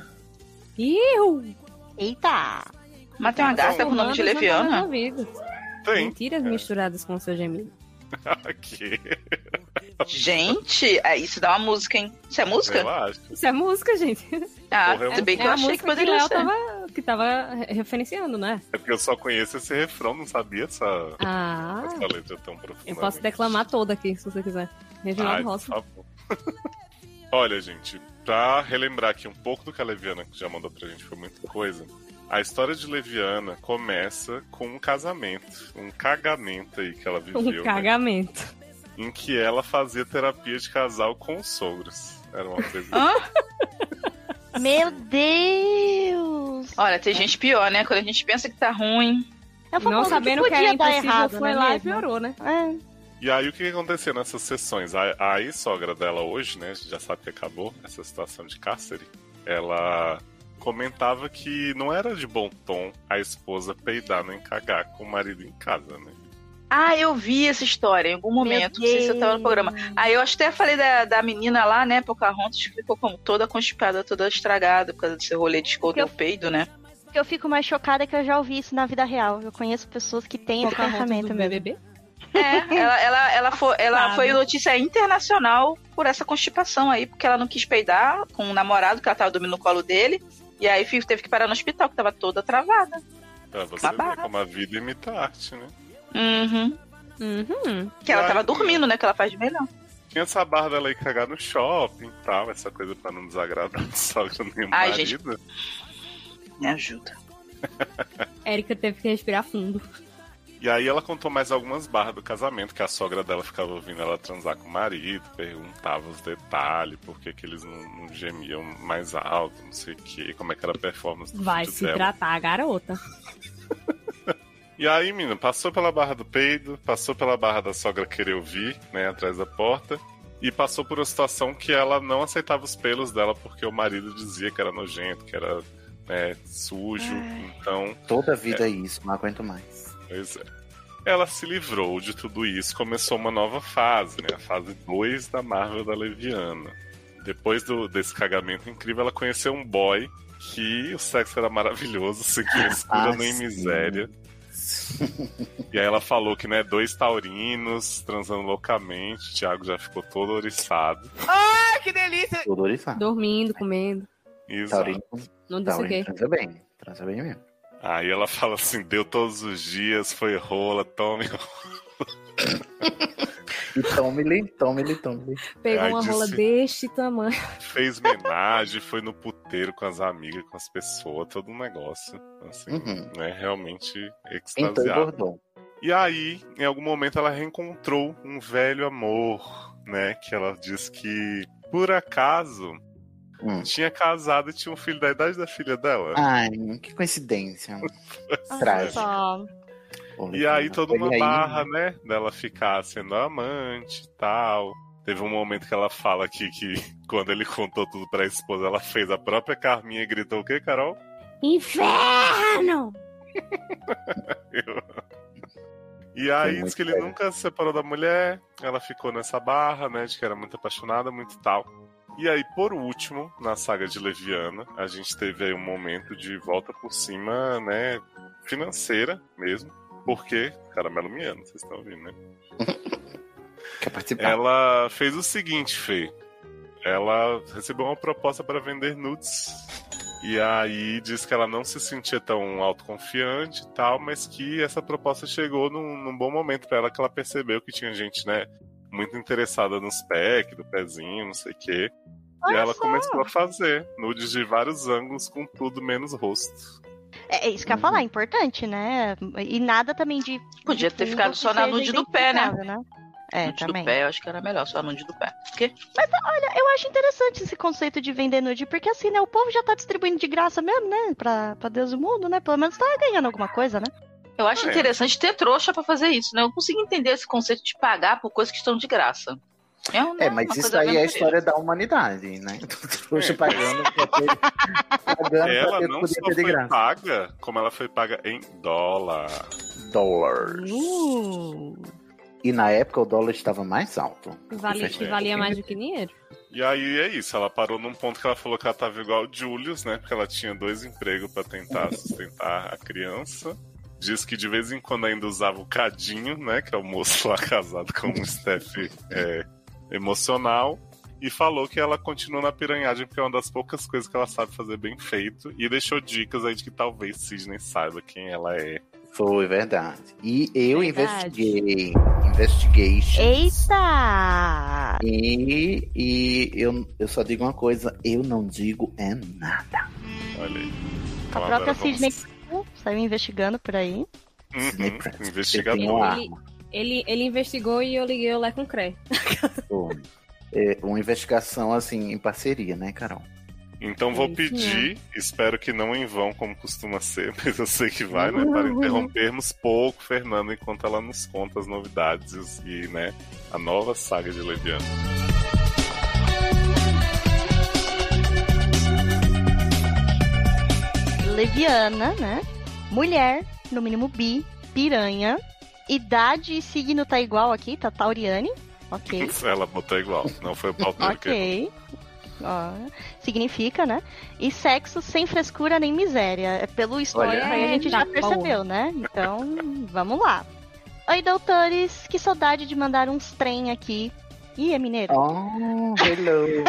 Eita! Mas tem uma gata com o nome de Leviana? Tem. Mentiras misturadas com o seu gemido. Aqui. Gente, isso dá uma música, hein? Isso é música? Eu acho. Isso é música, gente. Tudo bem que eu achei que poderia Léo ser. que tava referenciando, né? É porque eu só conheço esse refrão, não sabia essa letra tão profunda. Eu posso declamar toda aqui, se você quiser. Reginaldo Rossi. Olha, gente, pra relembrar aqui um pouco do que a Leviana já mandou pra gente, foi muita coisa. A história de Leviana começa com um casamento, um cagamento aí que ela viveu. Um cagamento. Né? Em que ela fazia terapia de casal com os sogros. Era uma coisa. Meu Deus! Olha, tem gente pior, né? Quando a gente pensa que tá ruim. Não sabendo que era impossível, foi lá e piorou, né? E aí o que aconteceu nessas sessões? A ex-sogra dela hoje, né? A gente já sabe que acabou essa situação de cárcere. Ela comentava que não era de bom tom a esposa peidar nem cagar com o marido em casa, né? Eu vi essa história em algum momento, não sei se eu tava no programa. Eu até falei da menina lá, né, Pocahontas, que ficou como toda constipada, toda estragada por causa desse rolê de esconder o peido, né? Eu fico mais chocada que eu já ouvi isso na vida real. Eu conheço pessoas que têm esse pensamento mesmo. BBB? Ela foi notícia internacional por essa constipação aí, porque ela não quis peidar com um namorado que ela tava dormindo no colo dele, e aí teve que parar no hospital, que tava toda travada. Pra você ver como a vida imita a arte, né? Que ela tava dormindo, né? Que ela faz de melhor. Tinha essa barra dela aí cagar no shopping e tal, essa coisa pra não desagradar o sogra nem o marido. Gente, me ajuda. Érica teve que respirar fundo. E aí ela contou mais algumas barras do casamento, que a sogra dela ficava ouvindo ela transar com o marido, perguntava os detalhes, por que eles não gemiam mais alto, não sei o que, como é que era a performance do Vai filho se dela. tratar a garota. E aí, menina, passou pela barra do peido, passou pela barra da sogra querer ouvir, né, atrás da porta, e passou por uma situação que ela não aceitava os pelos dela porque o marido dizia que era nojento, que era sujo, então... Toda a vida é isso, não aguento mais. Pois é. Ela se livrou de tudo isso, começou uma nova fase, né, a fase 2 da Marvel da Leviana. Depois desse cagamento incrível, ela conheceu um boy que o sexo era maravilhoso, sem frescura nem miséria. E aí ela falou que, né, 2 taurinos transando loucamente. O Thiago já ficou todo oriçado. Ai, que delícia! Todo oriçado. Dormindo, comendo. Taurino, Não disse o quê. transa bem mesmo. Aí ela fala assim, deu todos os dias, foi rola, tome rola. E tome-lhe. Pegou Aí uma rola disse- deste tamanho. Fez homenagem, foi no puteiro com as amigas, com as pessoas, todo um negócio. Assim, né, realmente Então, extasiado. gordão. E aí, em algum momento, ela reencontrou um velho amor, né? Que ela diz que, por acaso, tinha casado e tinha um filho da idade da filha dela. Ai, que coincidência. Trágico. E aí toda uma E aí, barra, né? Dela ficar sendo amante e tal. Teve um momento que ela fala aqui que quando ele contou tudo pra esposa, ela fez a própria Carminha e gritou o quê, Carol? Inferno! E aí Foi diz que ele muito nunca se separou da mulher, ela ficou nessa barra, né? De que era muito apaixonada, muito tal. E aí, por último, na saga de Leviana, a gente teve aí um momento de volta por cima, né? Financeira mesmo. Porque, caramelo miano, vocês estão ouvindo, né? Quer participar? Ela fez o seguinte, Fê. Ela recebeu uma proposta para vender nudes. E aí disse que ela não se sentia tão autoconfiante e tal, mas que essa proposta chegou num bom momento para ela, que ela percebeu que tinha gente, né, muito interessada nos pés, do pezinho, não sei o quê. E ela começou a fazer nudes de vários ângulos com tudo menos rosto. É isso que eu ia falar, é importante, né? E nada também de. Podia de ter fundo ficado que só na seja nude do pé, né? identificável, É, nude também. do pé, eu acho que era melhor, só a nude do pé. Porque Mas olha, eu acho interessante esse conceito de vender nude, porque assim, né? O povo já tá distribuindo de graça mesmo, né? Pra Deus do mundo, né? Pelo menos tá ganhando alguma coisa, né? eu acho interessante ter trouxa pra fazer isso, né? Eu não consigo entender esse conceito de pagar por coisas que estão de graça. Mas isso aí é a história da humanidade, né? Trouxa pagando pra ter, Ela não poder só ter de foi graça. paga, como ela foi paga em dólar. Dólares. E na época o dólar estava mais alto. Valia mais do que dinheiro. E aí é isso, ela parou num ponto que ela falou que ela tava igual o Julius, né? Porque ela tinha 2 empregos pra tentar sustentar a criança. Diz que de vez em quando ainda usava o cadinho, né? Que é o moço lá casado com um staff emocional. E falou que ela continua na piranhagem porque é uma das poucas coisas que ela sabe fazer bem feito. E deixou dicas aí de que talvez Sidney saiba quem ela é. Foi verdade. E eu Verdade. investigation. Eita! E eu só digo uma coisa, eu não digo nada. Olha aí. A Então própria agora vamos- Sidney saiu investigando por aí. Investigador. Ele investigou e eu liguei o Lé com Cré. Uma investigação assim em parceria, né, Carol? Então vou Isso pedir, espero que não em vão, como costuma ser, mas eu sei que vai, né? Para interrompermos pouco Fernanda enquanto ela nos conta as novidades e, né, a nova saga de Leviana. Leviana, né? Mulher, no mínimo bi, piranha. Idade e signo tá igual aqui, tá Tauriane. Ok. Ela botou igual, não foi o pauteiro que Ok. Ó, significa, né? E sexo sem frescura nem miséria. É pelo histórico Olha. aí a gente já Eita, percebeu, né? Então, vamos lá. Oi, doutores. Que saudade de mandar uns trem aqui. Ih, é mineiro. Oh, hello.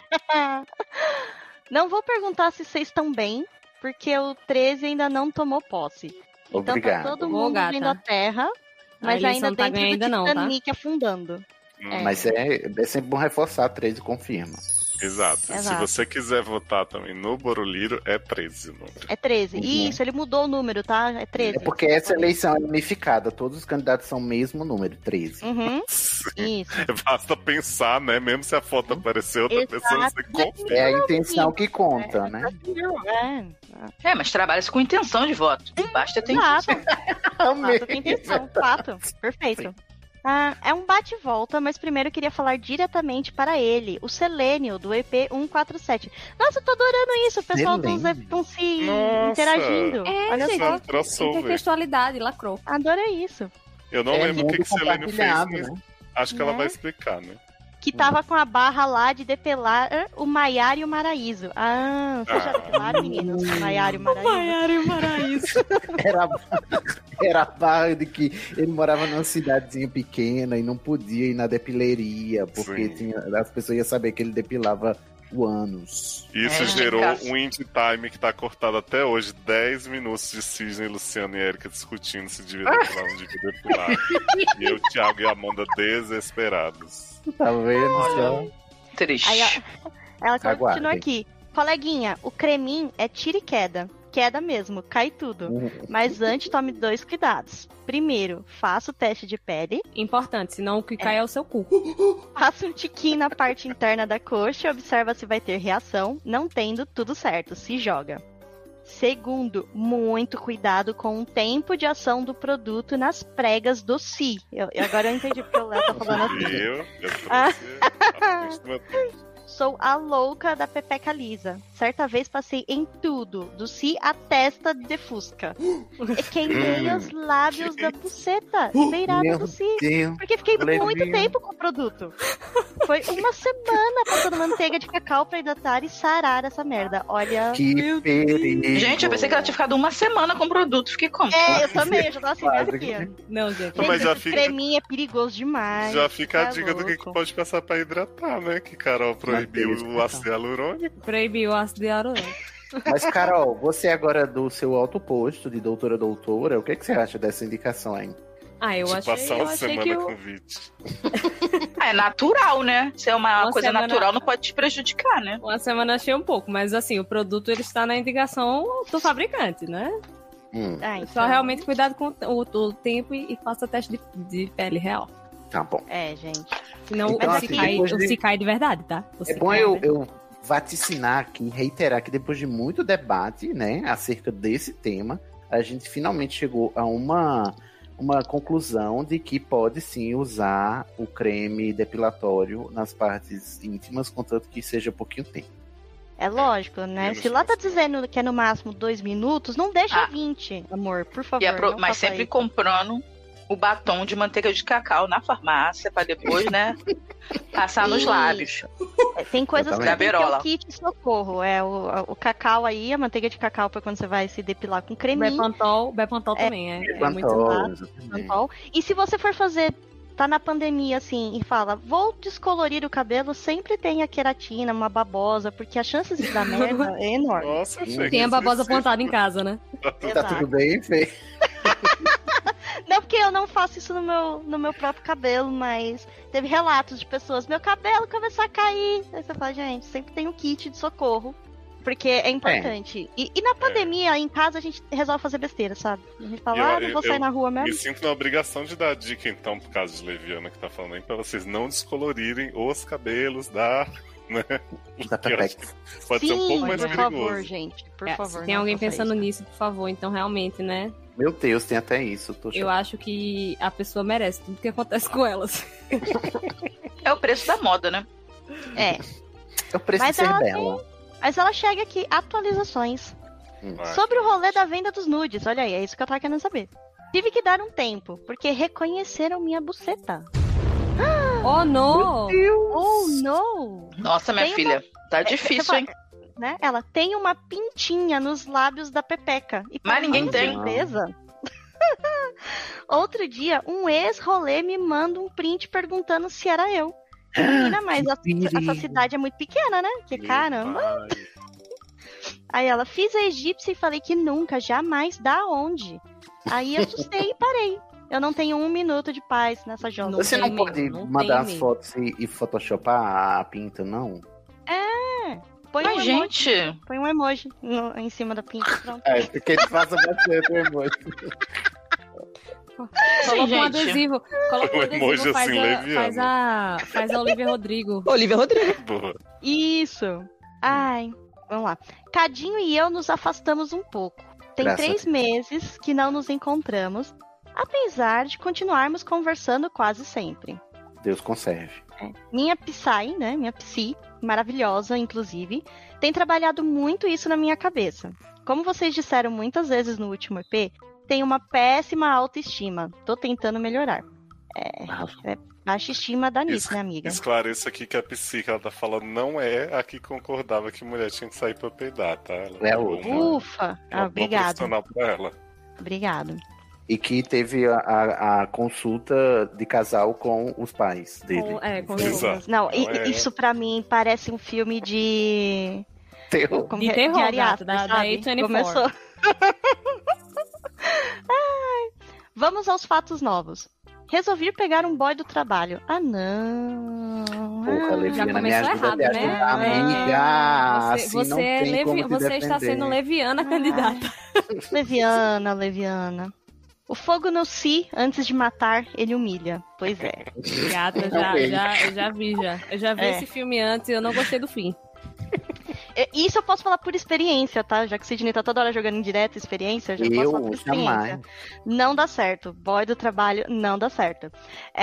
Não vou perguntar se vocês estão bem, porque o 13 ainda não tomou posse. Então Obrigado. tá todo Ô, mundo gata. vendo a Terra, mas eleição ainda não tá dentro ganha do ainda não, tá? Titanic afundando. Mas é sempre bom reforçar, 13 confirma. Exato. Se Exato. você quiser votar também no Boroliro, é 13 o número. É 13. Uhum. Isso, ele mudou o número, tá? É 13. É porque essa eleição é unificada, todos os candidatos são o mesmo número, 13. Uhum. Sim. Isso. Basta pensar, né? Mesmo se a foto aparecer outra pessoa, você confia. É a intenção que conta, né? É. mas trabalha-se com intenção de voto. Basta ter Exato. intenção. Fato com intenção, fato. Perfeito. Sim. É um bate e volta, mas primeiro eu queria falar diretamente para ele, o Selênio, do EP 147. Nossa, eu tô adorando isso, o pessoal dos EP estão se interagindo. Olha só. Intertextualidade, lacrou. Adorei isso. Eu não lembro o que Selênio fez, mas né? acho que ela vai explicar, né? Que tava com a barra lá de depelar o Maiara e o Maraíso. Vocês já depelaram, meninos? Maiara e o Maraíso. Maiara e o Maraíso. Era a barra de que ele morava numa cidadezinha pequena e não podia ir na depileria, porque as pessoas iam saber que ele depilava o ânus. Isso gerou um indie time que tá cortado até hoje, 10 minutos de Cisne, Luciano e Erika discutindo se devia depilar ou não devia depilar. E eu, Thiago e Amanda desesperados. Tá vendo? Triste. Aí ela continua aqui. Coleguinha, o creminho é tiro e queda. Queda mesmo, cai tudo. Mas antes, tome 2 cuidados. Primeiro, faça o teste de pele. Importante, senão o que cai é o seu cu. Faça um tiquinho na parte interna da coxa e observa se vai ter reação. Não tendo, tudo certo, se joga. Segundo, muito cuidado com o tempo de ação do produto nas pregas do Si. Agora eu entendi porque o Léo tá falando assim. Sou a louca da pepeca lisa. Certa vez passei em tudo, do Si à testa de fusca. E queimei os lábios da buceta, beirada do Si. Porque fiquei muito tempo com o produto. Foi uma semana passando manteiga de cacau pra hidratar e sarar essa merda. Olha. Que perigo. Gente, eu pensei que ela tinha ficado uma semana com o produto. Fiquei como? Eu também, eu já tava assim, aqui. Não, gente. Mas já fica... creminho é perigoso demais. Já fica a dica do que pode passar pra hidratar, né? Que Carol proibiu o ácido hialurônico. Proibiu o ácido hialurônico. Mas, Carol, você agora do seu alto posto de doutora, o que você acha dessa indicação aí? Eu achei, passar uma semana que com VIT. É natural, né? Se é uma coisa natural, não pode te prejudicar, né? Uma semana achei um pouco, mas assim, o produto ele está na indicação do fabricante, né? Então... Só realmente cuidado com o tempo e faça teste de pele real. Tá bom. Gente. Senão então, o Si cai de verdade, tá? É bom eu vaticinar aqui, reiterar que depois de muito debate, né, acerca desse tema, a gente finalmente chegou a uma conclusão de que pode sim usar o creme depilatório nas partes íntimas, contanto que seja pouquinho tempo. É lógico, né? Se lá tá dizendo que é no máximo 2 minutos, não deixa 20, amor, por favor. Mas sempre comprando o batom de manteiga de cacau na farmácia pra depois, né, passar nos lábios. Tem coisas que tem o kit de socorro. O cacau aí, a manteiga de cacau pra quando você vai se depilar com creminho. Bepantol também é muito Bepantol. E se você for fazer, tá na pandemia assim, e fala, vou descolorir o cabelo, sempre tem a queratina, uma babosa, porque as chances de dar merda é enorme. Nossa, tem a babosa plantada em casa, né? Tá tudo bem, Fê? Não, porque eu não faço isso no meu próprio cabelo, mas teve relatos de pessoas, meu cabelo começou a cair. Aí você fala, gente, sempre tem um kit de socorro, porque é importante. E na pandemia, em casa, a gente resolve fazer besteira, sabe? A gente fala, não vou sair na rua mesmo. Me sinto na obrigação de dar dica, então, por causa de Leviana que tá falando aí, pra vocês não descolorirem os cabelos da... Né? Pode ser um pouco mais perigoso. Por favor, gente, por favor. Se tem alguém pensando nisso, por favor, então realmente, né? Meu Deus, tem até isso. Eu acho que a pessoa merece tudo que acontece com elas. É o preço da moda, né? É o preço de ser bela. Mas ela chega aqui, atualizações. Sobre o rolê da venda dos nudes. Olha aí, é isso que eu tava querendo saber. Tive que dar um tempo, porque reconheceram minha buceta. Oh, não! Oh, não! Nossa, minha filha, tá difícil, hein? Né? Ela tem uma pintinha nos lábios da pepeca. Mas ninguém tem. Certeza. Outro dia, um ex-rolê me manda um print perguntando se era eu. Menina, mas essa cidade é muito pequena, né? Que caramba. Aí ela, fiz a egípcia e falei que nunca, jamais, da onde? Aí eu assustei e parei. Eu não tenho 1 minuto de paz nessa jovem. Você não pode mandar as fotos e photoshopar a pinta, não? Põe Mas, gente... Põe um emoji em cima da pinta, pronto. Porque ele passa bastante o emoji. Coloca um adesivo. Coloca um adesivo, faz a Olivia Rodrigo. Olivia Rodrigo. Boa. Isso. Ai, vamos lá. Cadinho e eu nos afastamos um pouco. Tem 3 meses que não nos encontramos. apesar de continuarmos conversando quase sempre. Deus conserve. Minha Psy, né? Minha Psy, maravilhosa, inclusive, tem trabalhado muito isso na minha cabeça. Como vocês disseram muitas vezes no último EP, tem uma péssima autoestima. Tô tentando melhorar. Baixa estima dá nisso, né, amiga? Esclareço aqui que a psi que ela tá falando não é a que concordava que mulher tinha que sair pra peidar, tá? Ela É outra. Ufa! Obrigado. Pra ela. Obrigado. E que teve a consulta de casal com os pais dele. Com Exato. Não, isso pra mim parece um filme de... Terror. De terror, de Ari gato, Aster, da sabe? A24. Começou. Vamos aos fatos novos. Resolvi pegar um boy do trabalho. Ah, não. Porra, Leviana, me começou ajuda errado, a te né? ajudar, amiga. Você, Assim você não é tem como te você está defender. sendo leviana, candidata. Leviana. O fogo no si, antes de matar, ele humilha. Pois é. Gata, eu já vi. Eu já vi esse filme antes e eu não gostei do fim. Isso eu posso falar por experiência, tá? Já que o Sidney tá toda hora jogando em direto experiência, eu já posso falar por experiência. Jamais. Não dá certo. Boy do trabalho, não dá certo.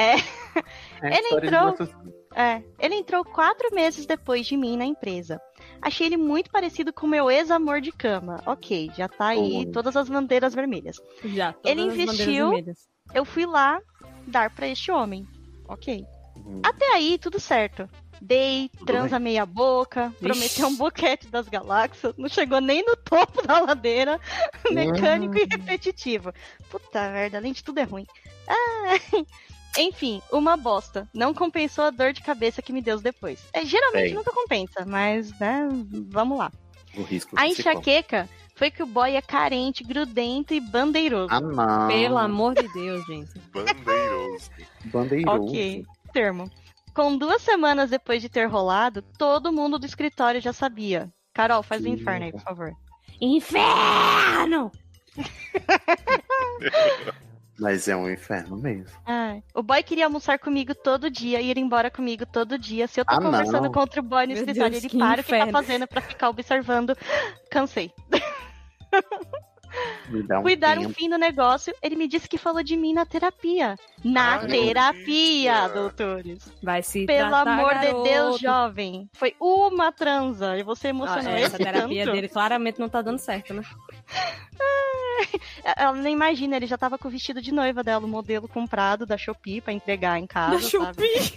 Ele entrou 4 meses depois de mim na empresa. Achei ele muito parecido com meu ex-amor de cama. Ok, já tá aí todas as bandeiras vermelhas. Já, ele investiu, eu fui lá dar pra este homem. Ok. Até aí, tudo certo. Dei, transa meia boca, prometeu um boquete das galáxias, não chegou nem no topo da ladeira, mecânico e repetitivo. Puta merda, além de tudo é ruim. Enfim, uma bosta. Não compensou a dor de cabeça que me deu depois. Geralmente nunca compensa, mas, né, vamos lá. A enxaqueca foi que o boy é carente, grudento e bandeiroso. Ah, não. Pelo amor de Deus, gente. Bandeiroso. Ok, termo. Com 2 semanas depois de ter rolado, todo mundo do escritório já sabia. Carol, faz o inferno aí, por favor. Inferno! Mas é um inferno mesmo. O boy queria almoçar comigo todo dia e ir embora comigo todo dia. Se eu tô conversando com outro boy no escritório, Deus, ele para o que tá inferno. fazendo pra ficar observando. Cansei. Fui dar um fim no negócio, ele me disse que falou de mim na terapia. Doutores. Vai se Pelo tratar, amor garoto. de Deus, jovem. Foi uma transa. E você emocionou Essa esse terapia tanto? dele claramente não tá dando certo, né? Ela nem imagina, ele já tava com o vestido de noiva dela, o modelo comprado da Shopee pra entregar em casa. Da Shopee?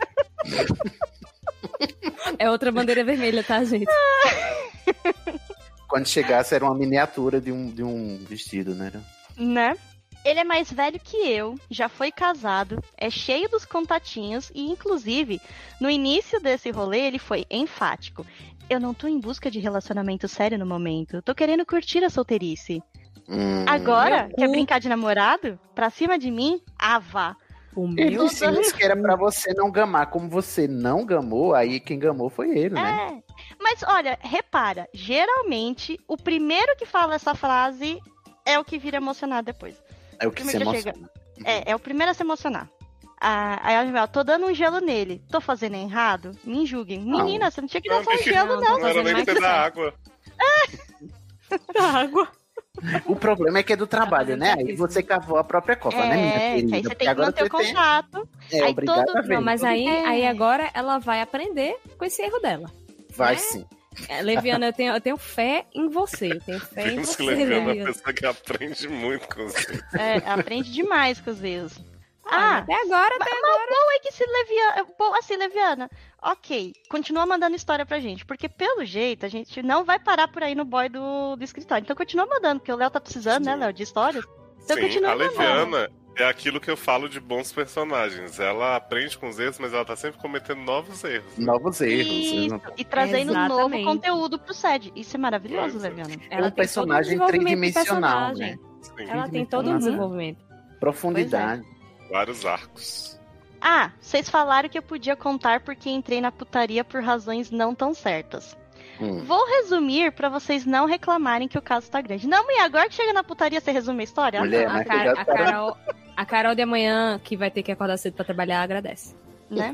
É outra bandeira vermelha, tá, gente? Quando chegasse era uma miniatura de um vestido, né? Né? Ele é mais velho que eu, já foi casado, é cheio dos contatinhos e, inclusive, no início desse rolê ele foi enfático. Eu não tô em busca de relacionamento sério no momento, tô querendo curtir a solteirice. Agora, quer brincar de namorado? Pra cima de mim? Vá. Ele disse que era pra você não gamar. Como você não gamou, aí quem gamou foi ele, né? Mas olha, repara, geralmente o primeiro que fala essa frase é o que vira emocionado depois. É o que se emociona. É o primeiro a se emocionar. Aí ela vai, tô dando um gelo nele. Tô fazendo errado? Me julguem. Menina, você não tinha que dar só gelo, não. Não era nem da água. Da água. O problema é que é do trabalho, né? Aí você cavou a própria copa, né, minha querida? Que aí você tem que manter o contato. Aí obrigado a ver. Não, mas aí agora ela vai aprender com esse erro dela. Vai sim. Leviana, eu tenho fé em você. Eu tenho fé em você, Leviana é uma pessoa que aprende muito com os erros. Aprende demais com os erros. Até agora. Mas bom é que se Leviana, ok, continua mandando história pra gente, porque pelo jeito a gente não vai parar por aí no boy do escritório. Então continua mandando, porque o Léo tá precisando, né, Léo, de histórias. Então continua a mandando. Leviana é aquilo que eu falo de bons personagens. Ela aprende com os erros, mas ela tá sempre cometendo novos erros. Novos erros. Isso, e trazendo novo conteúdo pro SED. Isso é maravilhoso, Leviana. Ela um personagem tridimensional, né? Sim. Ela tem todo um desenvolvimento. Profundidade. Vários arcos. Vocês falaram que eu podia contar porque entrei na putaria por razões não tão certas. Vou resumir pra vocês não reclamarem que o caso tá grande. Não, e agora que chega na putaria, você resume a história? Mulher, a Carol de amanhã, que vai ter que acordar cedo pra trabalhar, agradece. Né?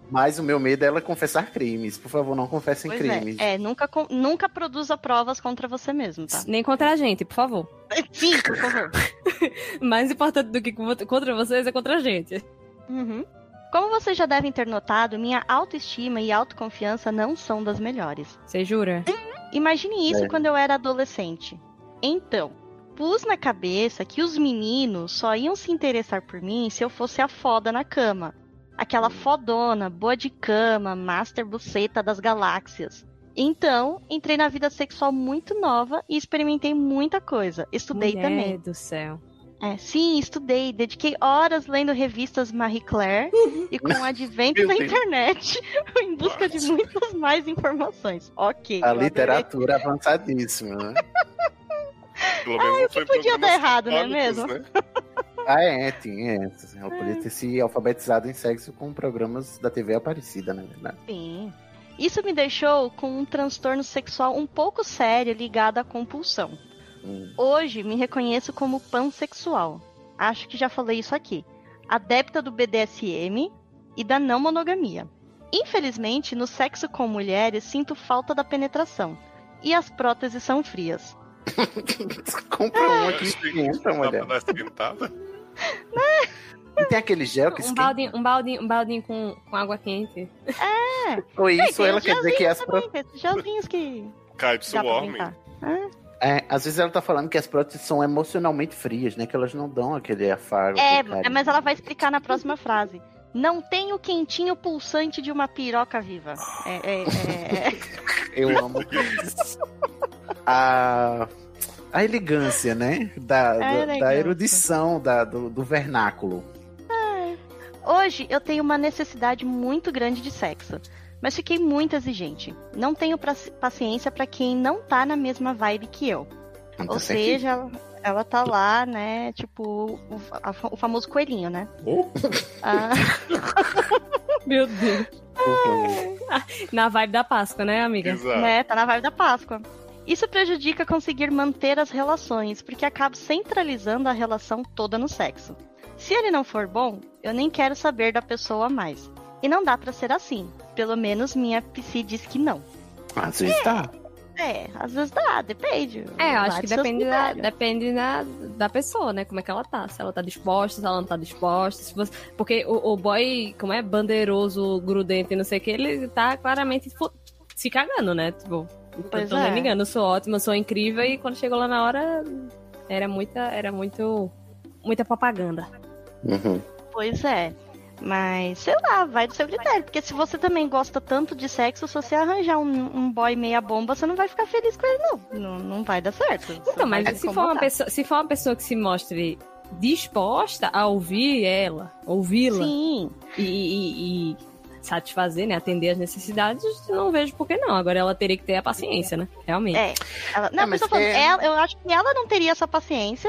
Mas o meu medo é ela confessar crimes. Por favor, não confessem Pois crimes. Nunca produza provas contra você mesmo, tá? Nem contra a gente, por favor. Sim, por favor. Mais importante do que contra vocês é contra a gente. Uhum. Como vocês já devem ter notado, minha autoestima e autoconfiança não são das melhores. Você jura? Imagine isso quando eu era adolescente. Então, pus na cabeça que os meninos só iam se interessar por mim se eu fosse a foda na cama. Aquela fodona, boa de cama, master buceta das galáxias. Então, entrei na vida sexual muito nova e experimentei muita coisa. Estudei Mulher também. do céu. Sim, estudei. Dediquei horas lendo revistas Marie Claire e com o advento da internet em busca de muitas mais informações. Ok. A literatura avançadíssima, né? Pelo menos o que podia dar errado, não é mesmo? Né? Tinha. Ela podia ter se alfabetizado em sexo com programas da TV Aparecida, na verdade. Sim. Isso me deixou com um transtorno sexual um pouco sério ligado à compulsão. Hoje me reconheço como pansexual. Acho que já falei isso aqui. Adepta do BDSM e da não monogamia. Infelizmente, no sexo com mulheres, sinto falta da penetração. E as próteses são frias. Compra uma que esquenta, mulher. E tem aquele gel que esquenta. Um baldinho com água quente. Ou isso, ela quer dizer que as próteses... Gelzinhos que... Cai de suor, às vezes ela tá falando que as próteses são emocionalmente frias, né? Que elas não dão aquele afago. Mas ela vai explicar na próxima frase. Não tem o quentinho pulsante de uma piroca viva. Eu amo a elegância, né? Da erudição, do vernáculo. Hoje eu tenho uma necessidade muito grande de sexo. Mas fiquei muito exigente. Não tenho paciência pra quem não tá na mesma vibe que eu. Ou seja, ela tá lá, né? Tipo, o famoso coelhinho, né? Meu Deus. Na vibe da Páscoa, né, amiga? Exato. Né? Tá na vibe da Páscoa. Isso prejudica conseguir manter as relações, porque acabo centralizando a relação toda no sexo. Se ele não for bom, eu nem quero saber da pessoa mais. E não dá pra ser assim. Pelo menos minha psi diz que não. Às vezes dá. Às vezes dá, depende. Eu acho que depende da pessoa, né? Como é que ela tá. Se ela tá disposta, se ela não tá disposta. Porque o boy, como é bandeiroso, grudento e não sei o que, ele tá claramente se cagando, né? Tipo, eu tô nem me engano, eu sou ótima, eu sou incrível. E quando chegou lá na hora, era muita propaganda. Uhum. Pois é. Mas, sei lá, vai do seu critério. Porque se você também gosta tanto de sexo, se você arranjar um boy meia bomba, você não vai ficar feliz com ele, não. Não vai dar certo. Então, mas se for uma pessoa que se mostre disposta a ouvi-la Sim. E satisfazer, né, atender as necessidades, não vejo por que não. Agora ela teria que ter a paciência, né? Realmente. Eu acho que ela não teria essa paciência.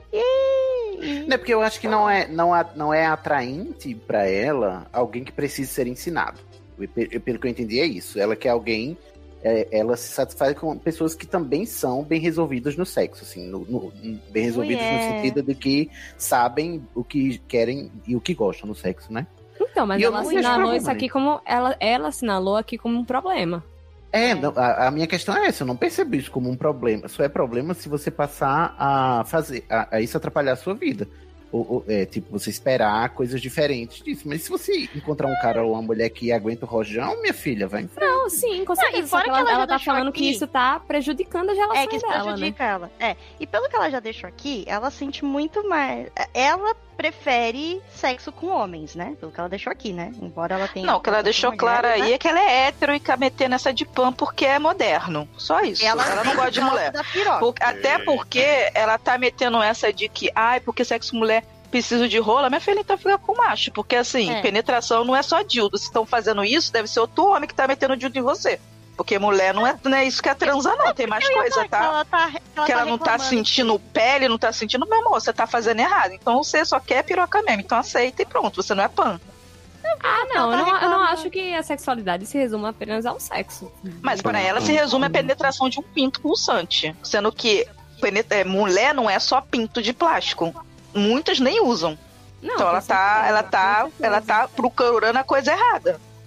Não, porque eu acho que não é atraente pra ela alguém que precise ser ensinado. Pelo que eu entendi, é isso. Ela quer alguém. Ela se satisfaz com pessoas que também são bem resolvidas no sexo, assim, bem resolvidas no sentido de que sabem o que querem e o que gostam no sexo, né? Então, mas ela assinalou isso aqui como. Ela assinalou aqui como um problema. A minha questão é essa, eu não percebo isso como um problema. Só é problema se você passar a fazer a isso atrapalhar a sua vida. Tipo, você esperar coisas diferentes disso. Mas se você encontrar um cara ou uma mulher que aguenta o rojão, minha filha, vai em frente. Não, sim, com certeza. E fora que ela tá falando que isso tá prejudicando as relações que isso dela, prejudica né? ela. E pelo que ela já deixou aqui, ela sente muito mais... Ela prefere sexo com homens, né? Pelo que ela deixou aqui, né? Embora ela tenha... Não, o que ela deixou claro aí é que ela é hétero e quer meter nessa de pan porque é moderno. Só isso. Ela não gosta de mulher. Até porque ela tá metendo essa de que, porque sexo mulher precisa de rola, minha filha, então fica com macho. Porque assim, penetração não é só dildo. Se estão fazendo isso, deve ser outro homem que tá metendo dildo em você. Porque mulher não é isso que é transar, não. Tem mais coisa, tá? Que ela não tá sentindo pele, não tá sentindo, meu amor, você tá fazendo errado. Então você só quer piroca mesmo. Então aceita e pronto, você não é pan. Eu não acho que a sexualidade se resume apenas ao sexo. Mas para ela se resume a penetração de um pinto pulsante. Sendo que mulher não é só pinto de plástico. Muitas nem usam. Não, então ela tá procurando a coisa errada.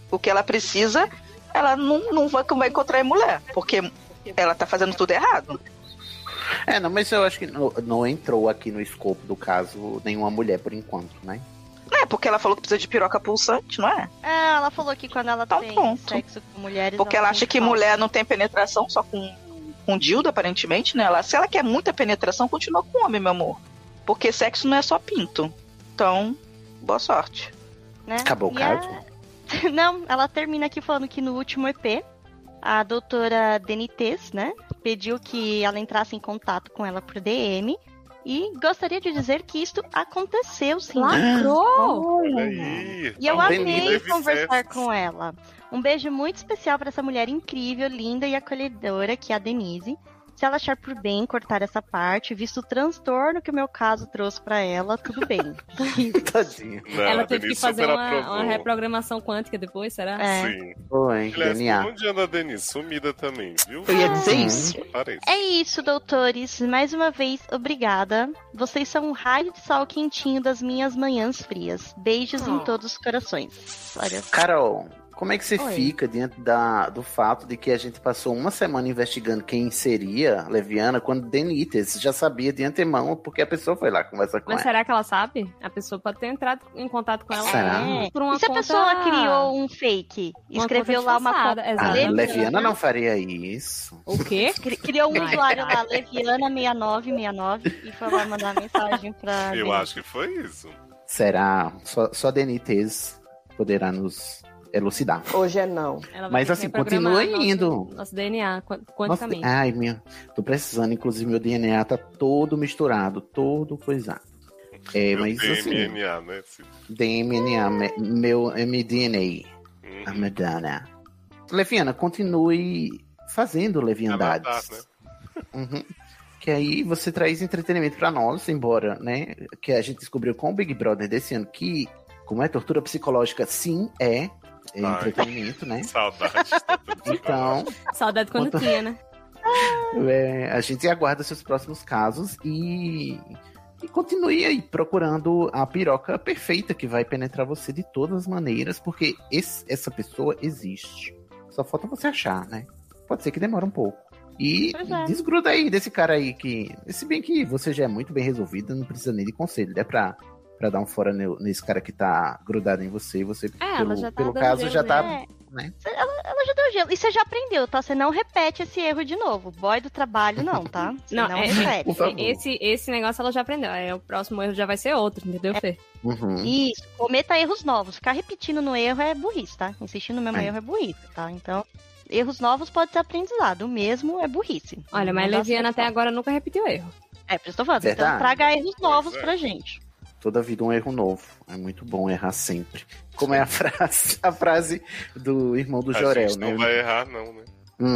O que ela precisa, ela não vai encontrar em mulher, porque ela tá fazendo tudo errado. Não, mas eu acho que não entrou aqui no escopo do caso nenhuma mulher por enquanto, né? Porque ela falou que precisa de piroca pulsante, não é? Ela falou que quando ela tem sexo com mulheres... Porque ela acha que mulher não tem penetração só com dildo, aparentemente, né? Se ela quer muita penetração, continua com homem, meu amor. Porque sexo não é só pinto. Então, boa sorte. Né? Acabou o caso? Não, ela termina aqui falando que no último EP, a doutora Denites, né, pediu que ela entrasse em contato com ela por DM e gostaria de dizer que isto aconteceu, sim. Lacrou! Olha aí. E eu amei conversar com ela. Um beijo muito especial para essa mulher incrível, linda e acolhedora que é a Denise. Se ela achar por bem cortar essa parte, visto o transtorno que o meu caso trouxe pra ela, tudo bem. Tadinha. Ela teve que fazer uma reprogramação quântica depois, será? Sim. Oi, DNA. Onde anda a Denise? Sumida também, viu? Eu ia dizer isso. É isso, doutores. Mais uma vez, obrigada. Vocês são um raio de sol quentinho das minhas manhãs frias. Beijos em todos os corações. Olha. Carol, como é que você fica diante do fato de que a gente passou uma semana investigando quem seria Leviana, quando Denites já sabia de antemão, porque a pessoa foi lá conversar com ela? Mas será que ela sabe? A pessoa pode ter entrado em contato com ela. Será? Por uma E se a pessoa criou um fake? Escreveu lá uma foto. Leviana não faria isso. O quê? Criou um usuário lá, Leviana6969, e foi lá mandar mensagem pra... Eu acho que foi isso. Será? Só Denites poderá nos elucidar. Hoje é não. Mas assim, continua indo. Nosso DNA, quanticamente. Ai, tô precisando, inclusive meu DNA tá todo misturado, todo coisado. Mas DMNA, assim, né? DMNA, meu MDNA. A Madonna. Leviana, continue fazendo leviandades. Né? Que aí você traz entretenimento pra nós, embora, né, que a gente descobriu com o Big Brother desse ano que, como é tortura psicológica, sim, é entretenimento, né? Saudade. Então... Saudade quando tinha, né? A gente aguarda seus próximos casos e continue aí procurando a piroca perfeita que vai penetrar você de todas as maneiras, porque essa pessoa existe. Só falta você achar, né? Pode ser que demore um pouco. E desgruda aí desse cara aí que... Se bem que você já é muito bem resolvida, não precisa nem de conselho, né? Pra dar um fora nesse cara que tá grudado em você. Você, pelo caso, já tá... Né? Ela já deu gelo. E você já aprendeu, tá? Você não repete esse erro de novo. Boy do trabalho, não, tá? Você não repete. Esse negócio ela já aprendeu. O próximo erro já vai ser outro, entendeu, Fê? Isso. Cometa erros novos. Ficar repetindo no erro é burrice, tá? Insistir no mesmo erro é burrice, tá? Então... Erros novos pode ser aprendizado, o mesmo é burrice. Olha, mas Leviana até agora nunca repetiu erro. Por isso que eu tô falando. Então traga erros novos pra gente. Toda vida um erro novo. É muito bom errar sempre. Como é a frase do irmão do Jorel, né? Não vai errar, não, né?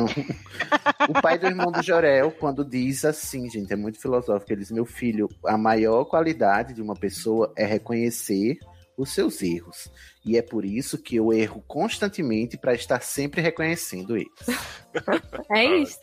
O pai do irmão do Jorel, quando diz assim, gente, é muito filosófico, ele diz: meu filho, a maior qualidade de uma pessoa é reconhecer os seus erros. E é por isso que eu erro constantemente para estar sempre reconhecendo eles. É isso.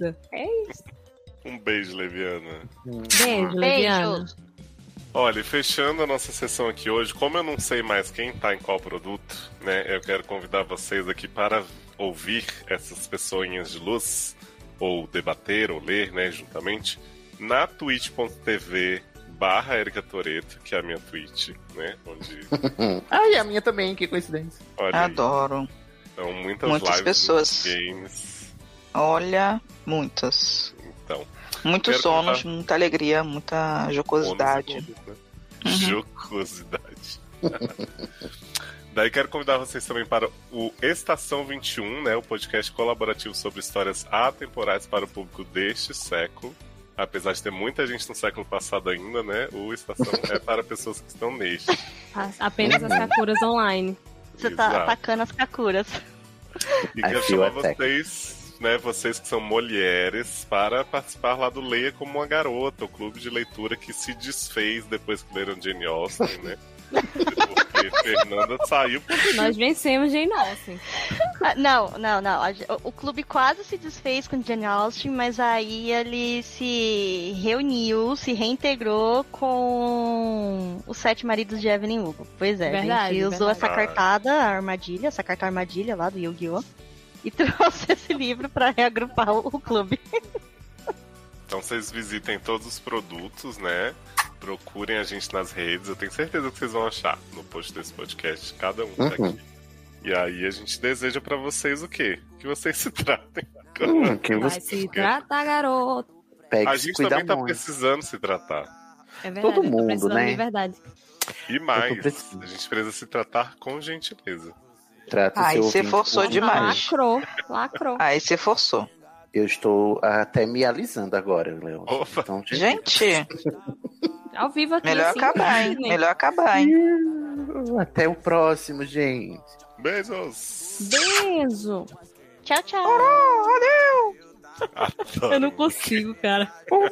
Um beijo, Leviana. Beijo, Leviana. Olha, fechando a nossa sessão aqui hoje, como eu não sei mais quem tá em qual produto, né, eu quero convidar vocês aqui para ouvir essas pessoinhas de luz, ou debater, ou ler, né, juntamente, na twitch.tv/Erika Toretto, que é a minha Twitch, né, onde... e a minha também, que coincidência. Olha adoro. Aí. Então, muitas lives pessoas. Games. Olha, muitas. Então... Muitos sonos, muita alegria, muita jocosidade. Jocosidade. Daí quero convidar vocês também para o Estação 21, né, o podcast colaborativo sobre histórias atemporais para o público deste século. Apesar de ter muita gente no século passado ainda, né, o Estação é para pessoas que estão neste. Apenas as Kakuras online. Você tá atacando as Kakuras. E quero chamar vocês... Né, vocês que são mulheres, para participar lá do Leia Como Uma Garota, o clube de leitura que se desfez depois que leram Jane Austen, né? Porque porque Fernanda saiu por Nós vencemos Jane Austen. Não. O clube quase se desfez com Jane Austen, mas aí ele se reuniu, se reintegrou com os 7 maridos de Evelyn Hugo. Pois é, Verdade, a gente usou verdade. essa carta armadilha lá do Yu-Gi-Oh! E trouxe esse livro pra reagrupar o clube. Então vocês visitem todos os produtos, né? Procurem a gente nas redes. Eu tenho certeza que vocês vão achar no post desse podcast, cada um tá aqui. E aí a gente deseja pra vocês o quê? Que vocês se tratem. Que Vai você se tratar, garoto. pegue A e se gente cuida também tá muito. precisando se tratar. É verdade, Todo eu tô mundo, precisando né? de verdade. E mais, precisando. a gente precisa se tratar com gentileza. Trata o Ai, seu você ouvinte forçou com demais. carinho. Lacrou. Aí você forçou. Eu estou até me alisando agora, Léo. Opa. Então, Gente, Ao vivo aqui. melhor assim, acabar, hein? né? Melhor acabar, hein? até o próximo, gente. Beijos! Beijo. Tchau, tchau. Adoro. Eu não consigo, cara.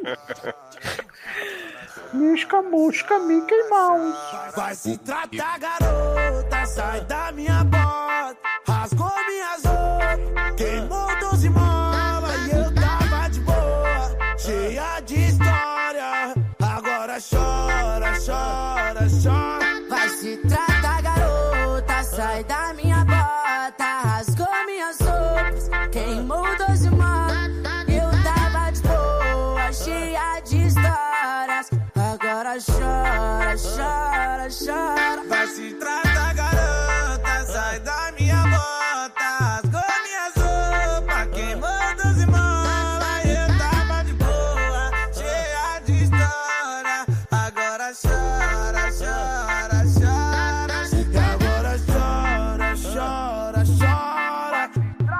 Misca, musca, Mickey Mouse. Vai se tratar, garota, sai da minha bota. Rasgou minhas roupas, queimou 12 molas. E eu tava de boa, cheia de história. Agora chora, chora, chora. Vai se tratar, garota, sai da minha bota. Rasgou minhas roupas, queimou 12 molas. Eu tava de boa, cheia de histórias. Agora chora, chora, chora. Vai se tratar, garota, sai da minha bota. Rasgou minhas roupas, queimou 12 molas. Eu tava de boa, cheia de história. Agora chora, chora, chora. E agora chora, chora, chora.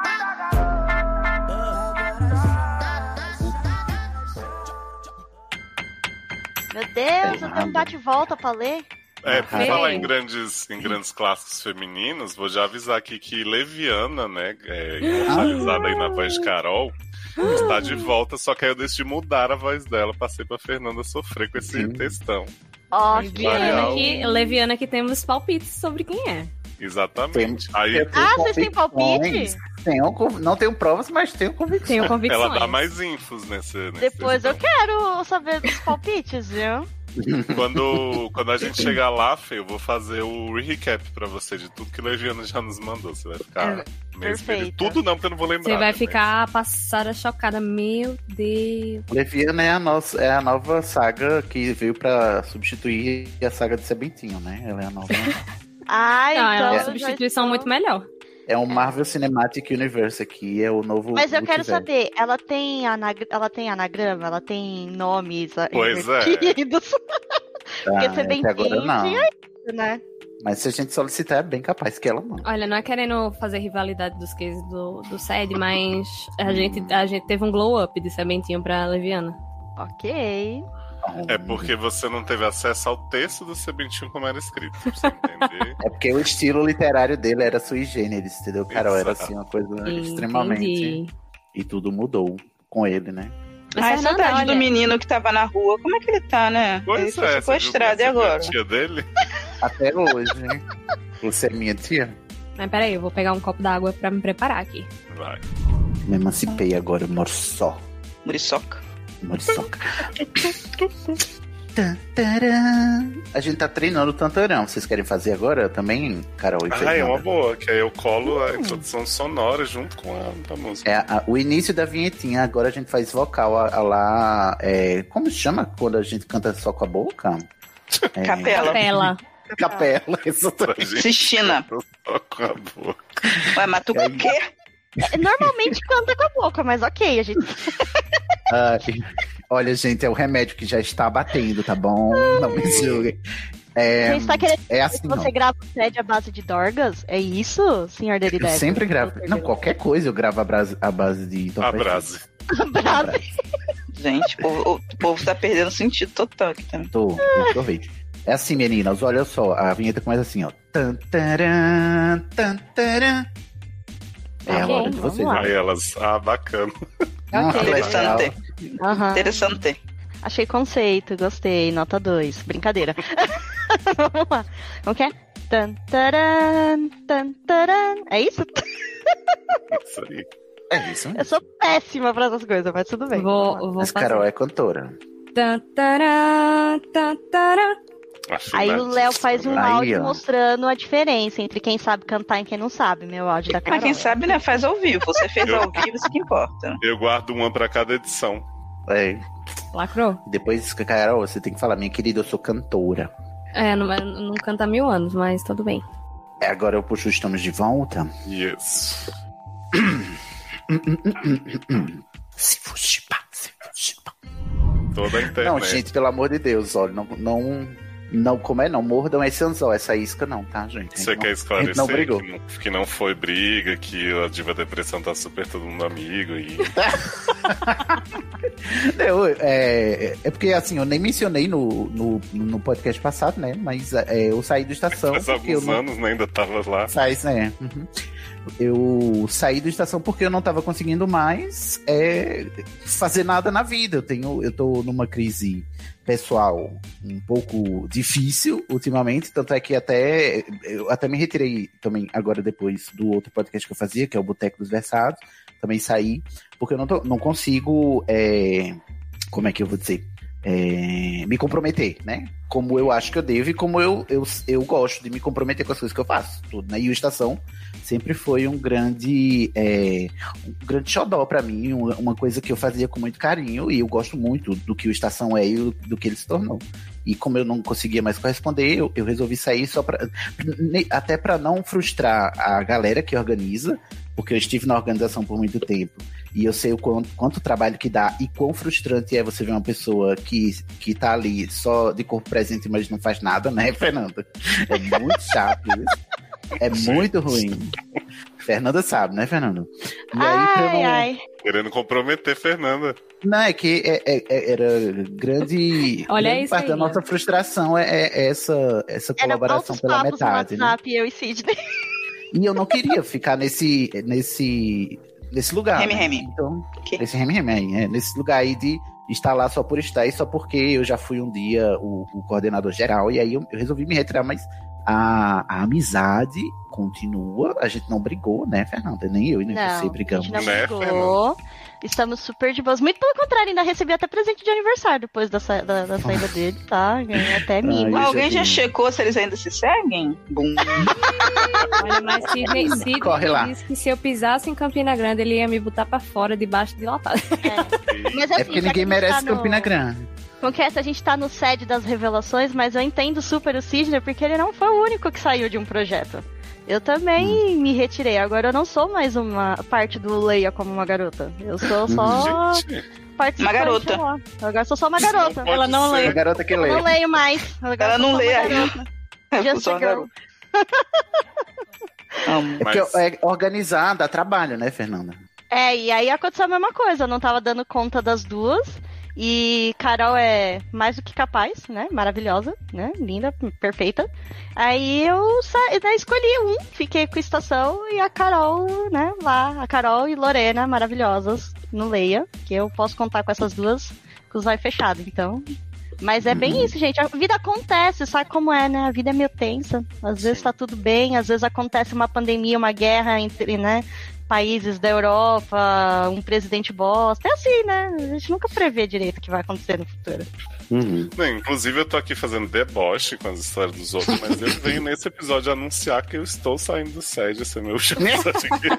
Meu Deus, eu tenho um bate-volta pra ler. Por falar em grandes clássicos femininos, vou já avisar aqui que Leviana, né, imortalizada aí na voz de Carol, está de volta, só que aí eu decidi mudar a voz dela, passei pra Fernanda sofrer com esse textão. Leviana que temos palpites sobre quem é. Exatamente. Aí Vocês têm palpite? Não tenho provas, mas tenho convicções. Tenho convicções. ela dá mais infos nesse Depois eu quero saber dos palpites, viu? Quando a gente chegar lá, Fê, eu vou fazer o recap pra você de tudo que Leviana já nos mandou. Você vai ficar meio perfeito. expedido. Tudo não, porque eu não vou lembrar. Você vai também. ficar passada chocada. Meu Deus. Leviana é a nova saga que veio pra substituir a saga de Sebentinho, né? Ela é a nova. Ah, Não, é então. uma substituição muito melhor. É um Marvel Cinematic Universe aqui, é o novo. Mas eu quero multiverso. saber, ela tem anagrama, ela tem nomes Pois invertidos? Porque Ah, ser bem até agora não. isso, né? Mas se a gente solicitar, é bem capaz que ela manda. Olha, não é querendo fazer rivalidade dos cases do SED, mas a gente teve um glow up de Sebentinho pra Leviana. Ok. É porque você não teve acesso ao texto do Sebentinho como era escrito, pra você entender. É porque o estilo literário dele era sui generis, entendeu? Carol, era Exato. assim, uma coisa Entendi. extremamente. E tudo mudou com ele, né? Ai, saudade do menino que tava na rua. Como é que ele tá, né? Pois ele é, foi você viu sequestrado, e essa agora? tia dele? Até hoje, né? Você é minha tia? Mas peraí, eu vou pegar um copo d'água pra me preparar aqui. Vai. Me emancipei agora, eu moro só. Muriçoca. Muriçoca. A gente tá treinando o tantarão. Vocês querem fazer agora também, Carol e Ah, é Fernanda? uma boa, que aí eu colo a introdução sonora junto com a música. O início da vinhetinha, agora a gente faz vocal lá. Como se chama quando a gente canta só com a boca? Capela. Capela, exatamente. Sistina. Só com a boca. Ué, mas tu o quê? Normalmente canta com a boca, mas ok, a gente. Olha, gente, é o remédio que já está batendo, tá bom? Não me julguem. A gente tá querendo é assim, que você ó. grava o SED à base de Dorgas? É isso, senhor Derideco? Eu sempre gravo. Não, qualquer coisa eu gravo a base de A brase. Gente, o povo tá perdendo sentido total aqui também. Aproveite. É assim, meninas, olha só. A vinheta começa assim, ó. Tantaran, tantaran. É a hora de vocês. Aí elas, bacana. Interessante. Aham. Interessante. Achei conceito, gostei. Nota 2. Brincadeira. Vamos lá. Como que é? Tan, taran, tan, taran. É isso? Isso aí. É isso. Eu sou péssima pra essas coisas, mas tudo bem. Vou Mas fazer. Carol é cantora. Tan, taran, tan, taran. Aí o Léo faz um Aí, áudio ó. mostrando a diferença entre quem sabe cantar e quem não sabe. Meu áudio da Carol. Mas quem sabe, né, faz ao vivo. Você fez ao vivo, isso que importa. Eu guardo uma pra cada edição. É. Lacrou? Depois, Carol, você tem que falar, minha querida, eu sou cantora. Não canta há 1000 anos, mas tudo bem. Agora eu puxo, estamos de volta. Yes. Se fuxipa, se fuxipa. Toda a internet. Não, gente, pelo amor de Deus, olha, não como é, não mordam esse anzol, essa isca não, tá, gente? Você quer esclarecer não brigou. que não foi briga, que a Diva Depressão tá super todo mundo amigo e... É porque, assim, eu nem mencionei no podcast passado, né, mas eu saí do Estação... Faz porque alguns anos, né, ainda tava lá. Faz, né? Uhum. Eu saí do Estação porque eu não tava conseguindo mais fazer nada na vida. Eu tô numa crise pessoal um pouco difícil ultimamente, tanto é que eu até me retirei também agora depois do outro podcast que eu fazia, que é o Boteco dos Versados. Também saí, porque eu não consigo, como é que eu vou dizer? Me comprometer, né? Como eu acho que eu devo e como eu gosto de me comprometer com as coisas que eu faço, tudo, né? E o Estação sempre foi um grande xodó pra mim, uma coisa que eu fazia com muito carinho, e eu gosto muito do que o Estação é e do que ele se tornou. E como eu não conseguia mais corresponder, eu resolvi sair até pra não frustrar a galera que organiza, porque eu estive na organização por muito tempo. E eu sei o quanto trabalho que dá e quão frustrante é você ver uma pessoa que tá ali só de corpo presente, mas não faz nada, né, Fernanda? É muito chato isso. É muito ruim. Fernanda sabe, né, Fernanda? E aí, Querendo comprometer Fernanda. Não, é que era grande. Olha grande isso parte aí, da nossa ó. frustração essa colaboração pela papos metade. no WhatsApp, eu e Sidney. E eu não queria ficar nesse lugar. Reme-reme. Né? Então, esse reme-reme aí, nesse lugar aí de estar lá só por estar e só porque eu já fui um dia o coordenador geral, e aí eu resolvi me retirar, mas a amizade continua, a gente não brigou, né, Fernanda? Nem eu e nem você brigamos. A gente não brigou. Estamos super de boas. Muito pelo contrário, ainda recebi até presente de aniversário depois da saída dele, tá? Ganhei até mim. Alguém já checou se eles ainda se seguem? Bum. Olha, mas Sidney Corre lá. disse que se eu pisasse em Campina Grande, ele ia me botar pra fora, debaixo de lapada. Mas, É porque ninguém merece Campina Grande. Com que essa a gente tá no sede das revelações, mas eu entendo super o Sidney, porque ele não foi o único que saiu de um projeto. Eu também me retirei. Agora eu não sou mais uma parte do Leia como uma garota. Eu sou só participante. Uma garota. Lá. Agora eu sou só uma garota. Ela não lê. Uma garota que lê. Eu não leio mais. Ela não lê ainda. Just a girl. É porque é organizar, dá trabalho, né, Fernanda? E aí aconteceu a mesma coisa. Eu não tava dando conta das duas. E Carol é mais do que capaz, né? Maravilhosa, né? Linda, perfeita. Aí eu escolhi um, fiquei com a Estação e a Carol, né? Lá, a Carol e Lorena, maravilhosas, no Leia, que eu posso contar com essas duas com os olhos fechados, então. Mas é bem isso, gente. A vida acontece, sabe como é, né? A vida é meio tensa. Às vezes tá tudo bem, às vezes acontece uma pandemia, uma guerra entre, né? Países da Europa, um presidente bosta. É assim, né? A gente nunca prevê direito o que vai acontecer no futuro. Não, inclusive eu tô aqui fazendo deboche com as histórias dos outros, mas eu venho nesse episódio anunciar que eu estou saindo do SED. Esse é meu último episódio aqui.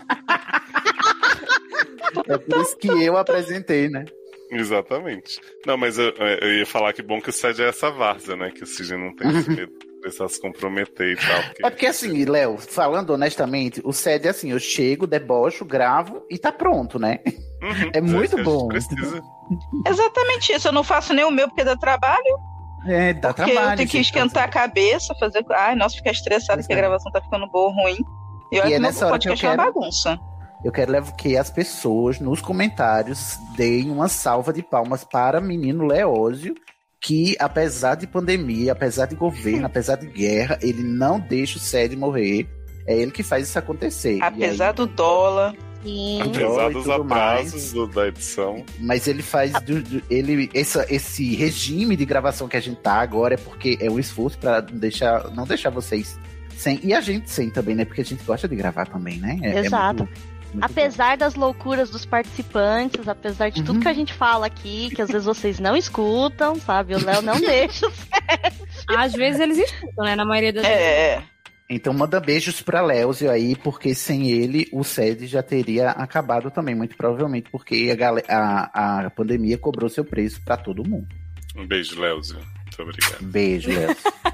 É por isso que eu apresentei, né? Exatamente. Não, mas eu ia falar que bom que o SED é essa várzea, né? Que o Sidney não tem esse medo de precisar se comprometer e tal. É porque assim, Léo, falando honestamente, o SED é assim, eu chego, debocho, gravo e tá pronto, né? É muito bom. Precisa. Exatamente isso. Eu não faço nem o meu porque dá trabalho. Dá porque trabalho. Eu tenho que esquentar a cabeça, fazer. Ai, nossa, ficar estressado que a gravação tá ficando boa ou ruim. E olha que nessa meu hora que eu podcast é uma quero... bagunça. Eu quero que as pessoas nos comentários deem uma salva de palmas para menino Leózio, que apesar de pandemia, apesar de governo, apesar de guerra, ele não deixa o SED morrer. É ele que faz isso acontecer. Apesar do dólar. Apesar dos atrasos da edição. Mas ele faz esse regime de gravação que a gente tá agora é porque é um esforço para não deixar vocês sem. E a gente sem também, né? Porque a gente gosta de gravar também, né? Exato. Muito apesar das loucuras dos participantes, apesar de tudo que a gente fala aqui, que às vezes vocês não escutam, sabe? O Léo não deixa. Às vezes eles escutam, né? Na maioria das vezes. Então manda beijos pra Léozio aí, porque sem ele o SED já teria acabado também, muito provavelmente, porque a pandemia cobrou seu preço pra todo mundo. Um beijo, Léozio. Muito obrigado. Beijo, Léozio.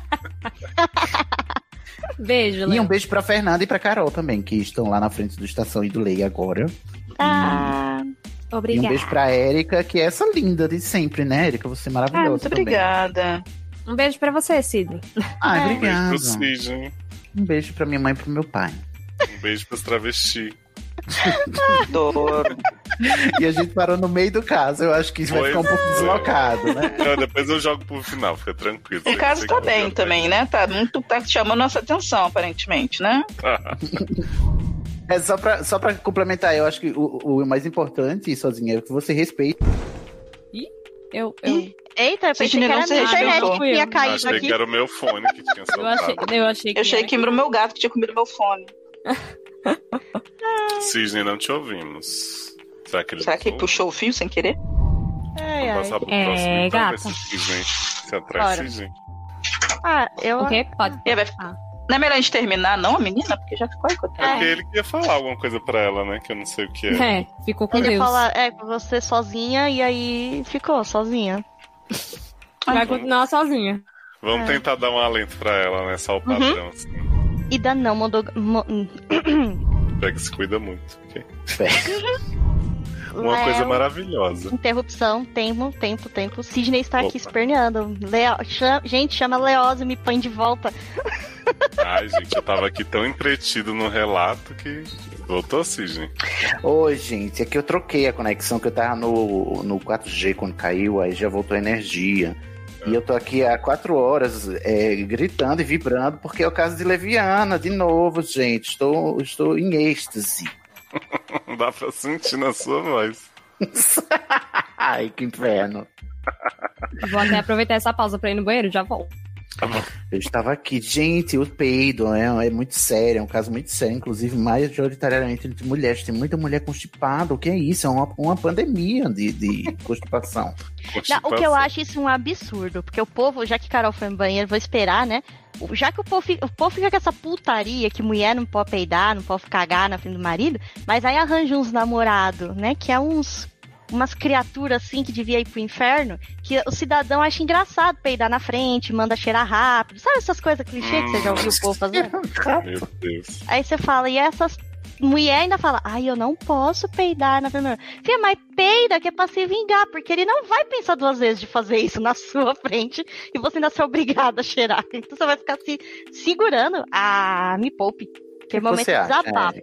Beijo, Léo. E um beijo pra Fernanda e pra Carol também, que estão lá na frente do Estação e do Lei agora. Obrigada. E um beijo pra Érica, que é essa linda de sempre, né, Érica? Você é maravilhosa. Muito obrigada. Um beijo pra você, Sidney. Obrigado. Um beijo pro Sidney. Um beijo pra minha mãe e pro meu pai. Um beijo pros travestis. Adoro. E a gente parou no meio do caso. Eu acho que isso vai ficar um pouco deslocado, né? Não, depois eu jogo pro final, fica tranquilo. O caso tá bem também, né? Tá chamando nossa atenção, aparentemente, né? É só pra complementar, eu acho que o mais importante, sozinha, é que você respeita. Eita, eu pensei que era a minha internet que tinha caído achei aqui. que era o meu fone que tinha soltado. Eu achei que era o meu gato que tinha comido meu fone. Sidney, não te ouvimos. Será que puxou o fio sem querer? Vamos passar pro próximo então, gata. ver se Sidney se atrai Sidney. O quê? Pode. Não é melhor a gente terminar, não, a menina? Porque já ficou aí. É porque ele queria falar alguma coisa pra ela, né? Que eu não sei o que é. Ficou com Ele Deus. fala, você sozinha, e aí ficou sozinha. Vai continuar sozinha. Vamos tentar dar um alento pra ela, né? Só o padrão, assim. E da não Pega, se cuida muito, ok? Uma coisa maravilhosa. Interrupção, tempo. Sidney está aqui esperneando. Gente, chama Leózio e me põe de volta. Ai, gente, eu tava aqui tão entretido no relato que voltou, Sidney. Oi, gente, é que eu troquei a conexão, que eu tava no 4G quando caiu, aí já voltou a energia. E eu tô aqui há 4 horas gritando e vibrando, porque é o caso de Leviana, de novo, gente. Estou em êxtase. Dá pra sentir na sua voz. Ai, que inferno. Vou até aproveitar essa pausa pra ir no banheiro, já volto. Eu estava aqui, gente, o peido é muito sério, é um caso muito sério, inclusive majoritariamente entre mulheres. Tem muita mulher constipada, o que é isso? É uma pandemia de constipação. Não, o que eu acho isso um absurdo, porque o povo, já que Carol foi no banheiro, vou esperar, né? Já que o povo fica com essa putaria que mulher não pode peidar, não pode cagar na frente do marido, mas aí arranja uns namorados, né? Que é umas criaturas assim que devia ir pro inferno, que o cidadão acha engraçado peidar na frente, manda cheirar rápido. Sabe essas coisas clichê que você já ouviu o povo fazer? Meu Deus. Aí você fala, e essas mulher ainda fala, eu não posso peidar na primeira. Filha, mas peida que é pra se vingar, porque ele não vai pensar 2 vezes de fazer isso na sua frente e você ainda ser obrigada a cheirar. Então você vai ficar se segurando. Me poupe. Que é momento de desabafo.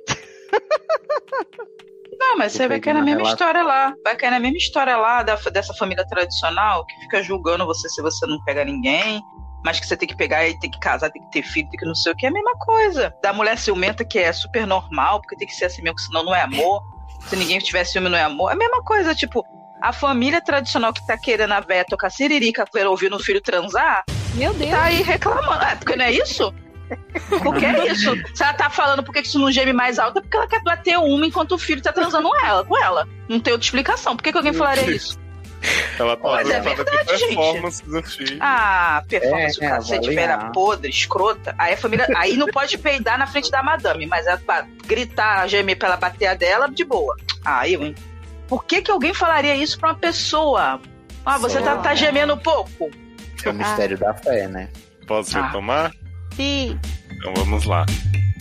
Não, mas você vai cair na mesma história lá. Vai cair na mesma história lá dessa família tradicional que fica julgando você se você não pega ninguém, mas que você tem que pegar e tem que casar, tem que ter filho, tem que não sei o que. É a mesma coisa. Da mulher ciumenta, que é super normal, porque tem que ser assim mesmo, senão não é amor. Se ninguém tiver ciúme, não é amor. É a mesma coisa, tipo, a família tradicional que tá querendo a véia tocar siririca pra ouvir no filho transar, meu Deus, tá aí reclamando. Porque não é isso? O que é isso? Se ela tá falando por que isso não geme mais alto, é porque ela quer bater uma enquanto o filho tá transando com ela. Não tem outra explicação. Por que alguém falaria isso? Ela tá preocupada com performance do filho. Performance, o cacete, velha podre, escrota. Aí a família. Aí não pode peidar na frente da madame, mas é pra gritar, gemer pra ela bater a dela, de boa. Hein? Por que alguém falaria isso pra uma pessoa? Você tá gemendo pouco. É o mistério da fé, né? Posso retomar? Sim. Então vamos lá.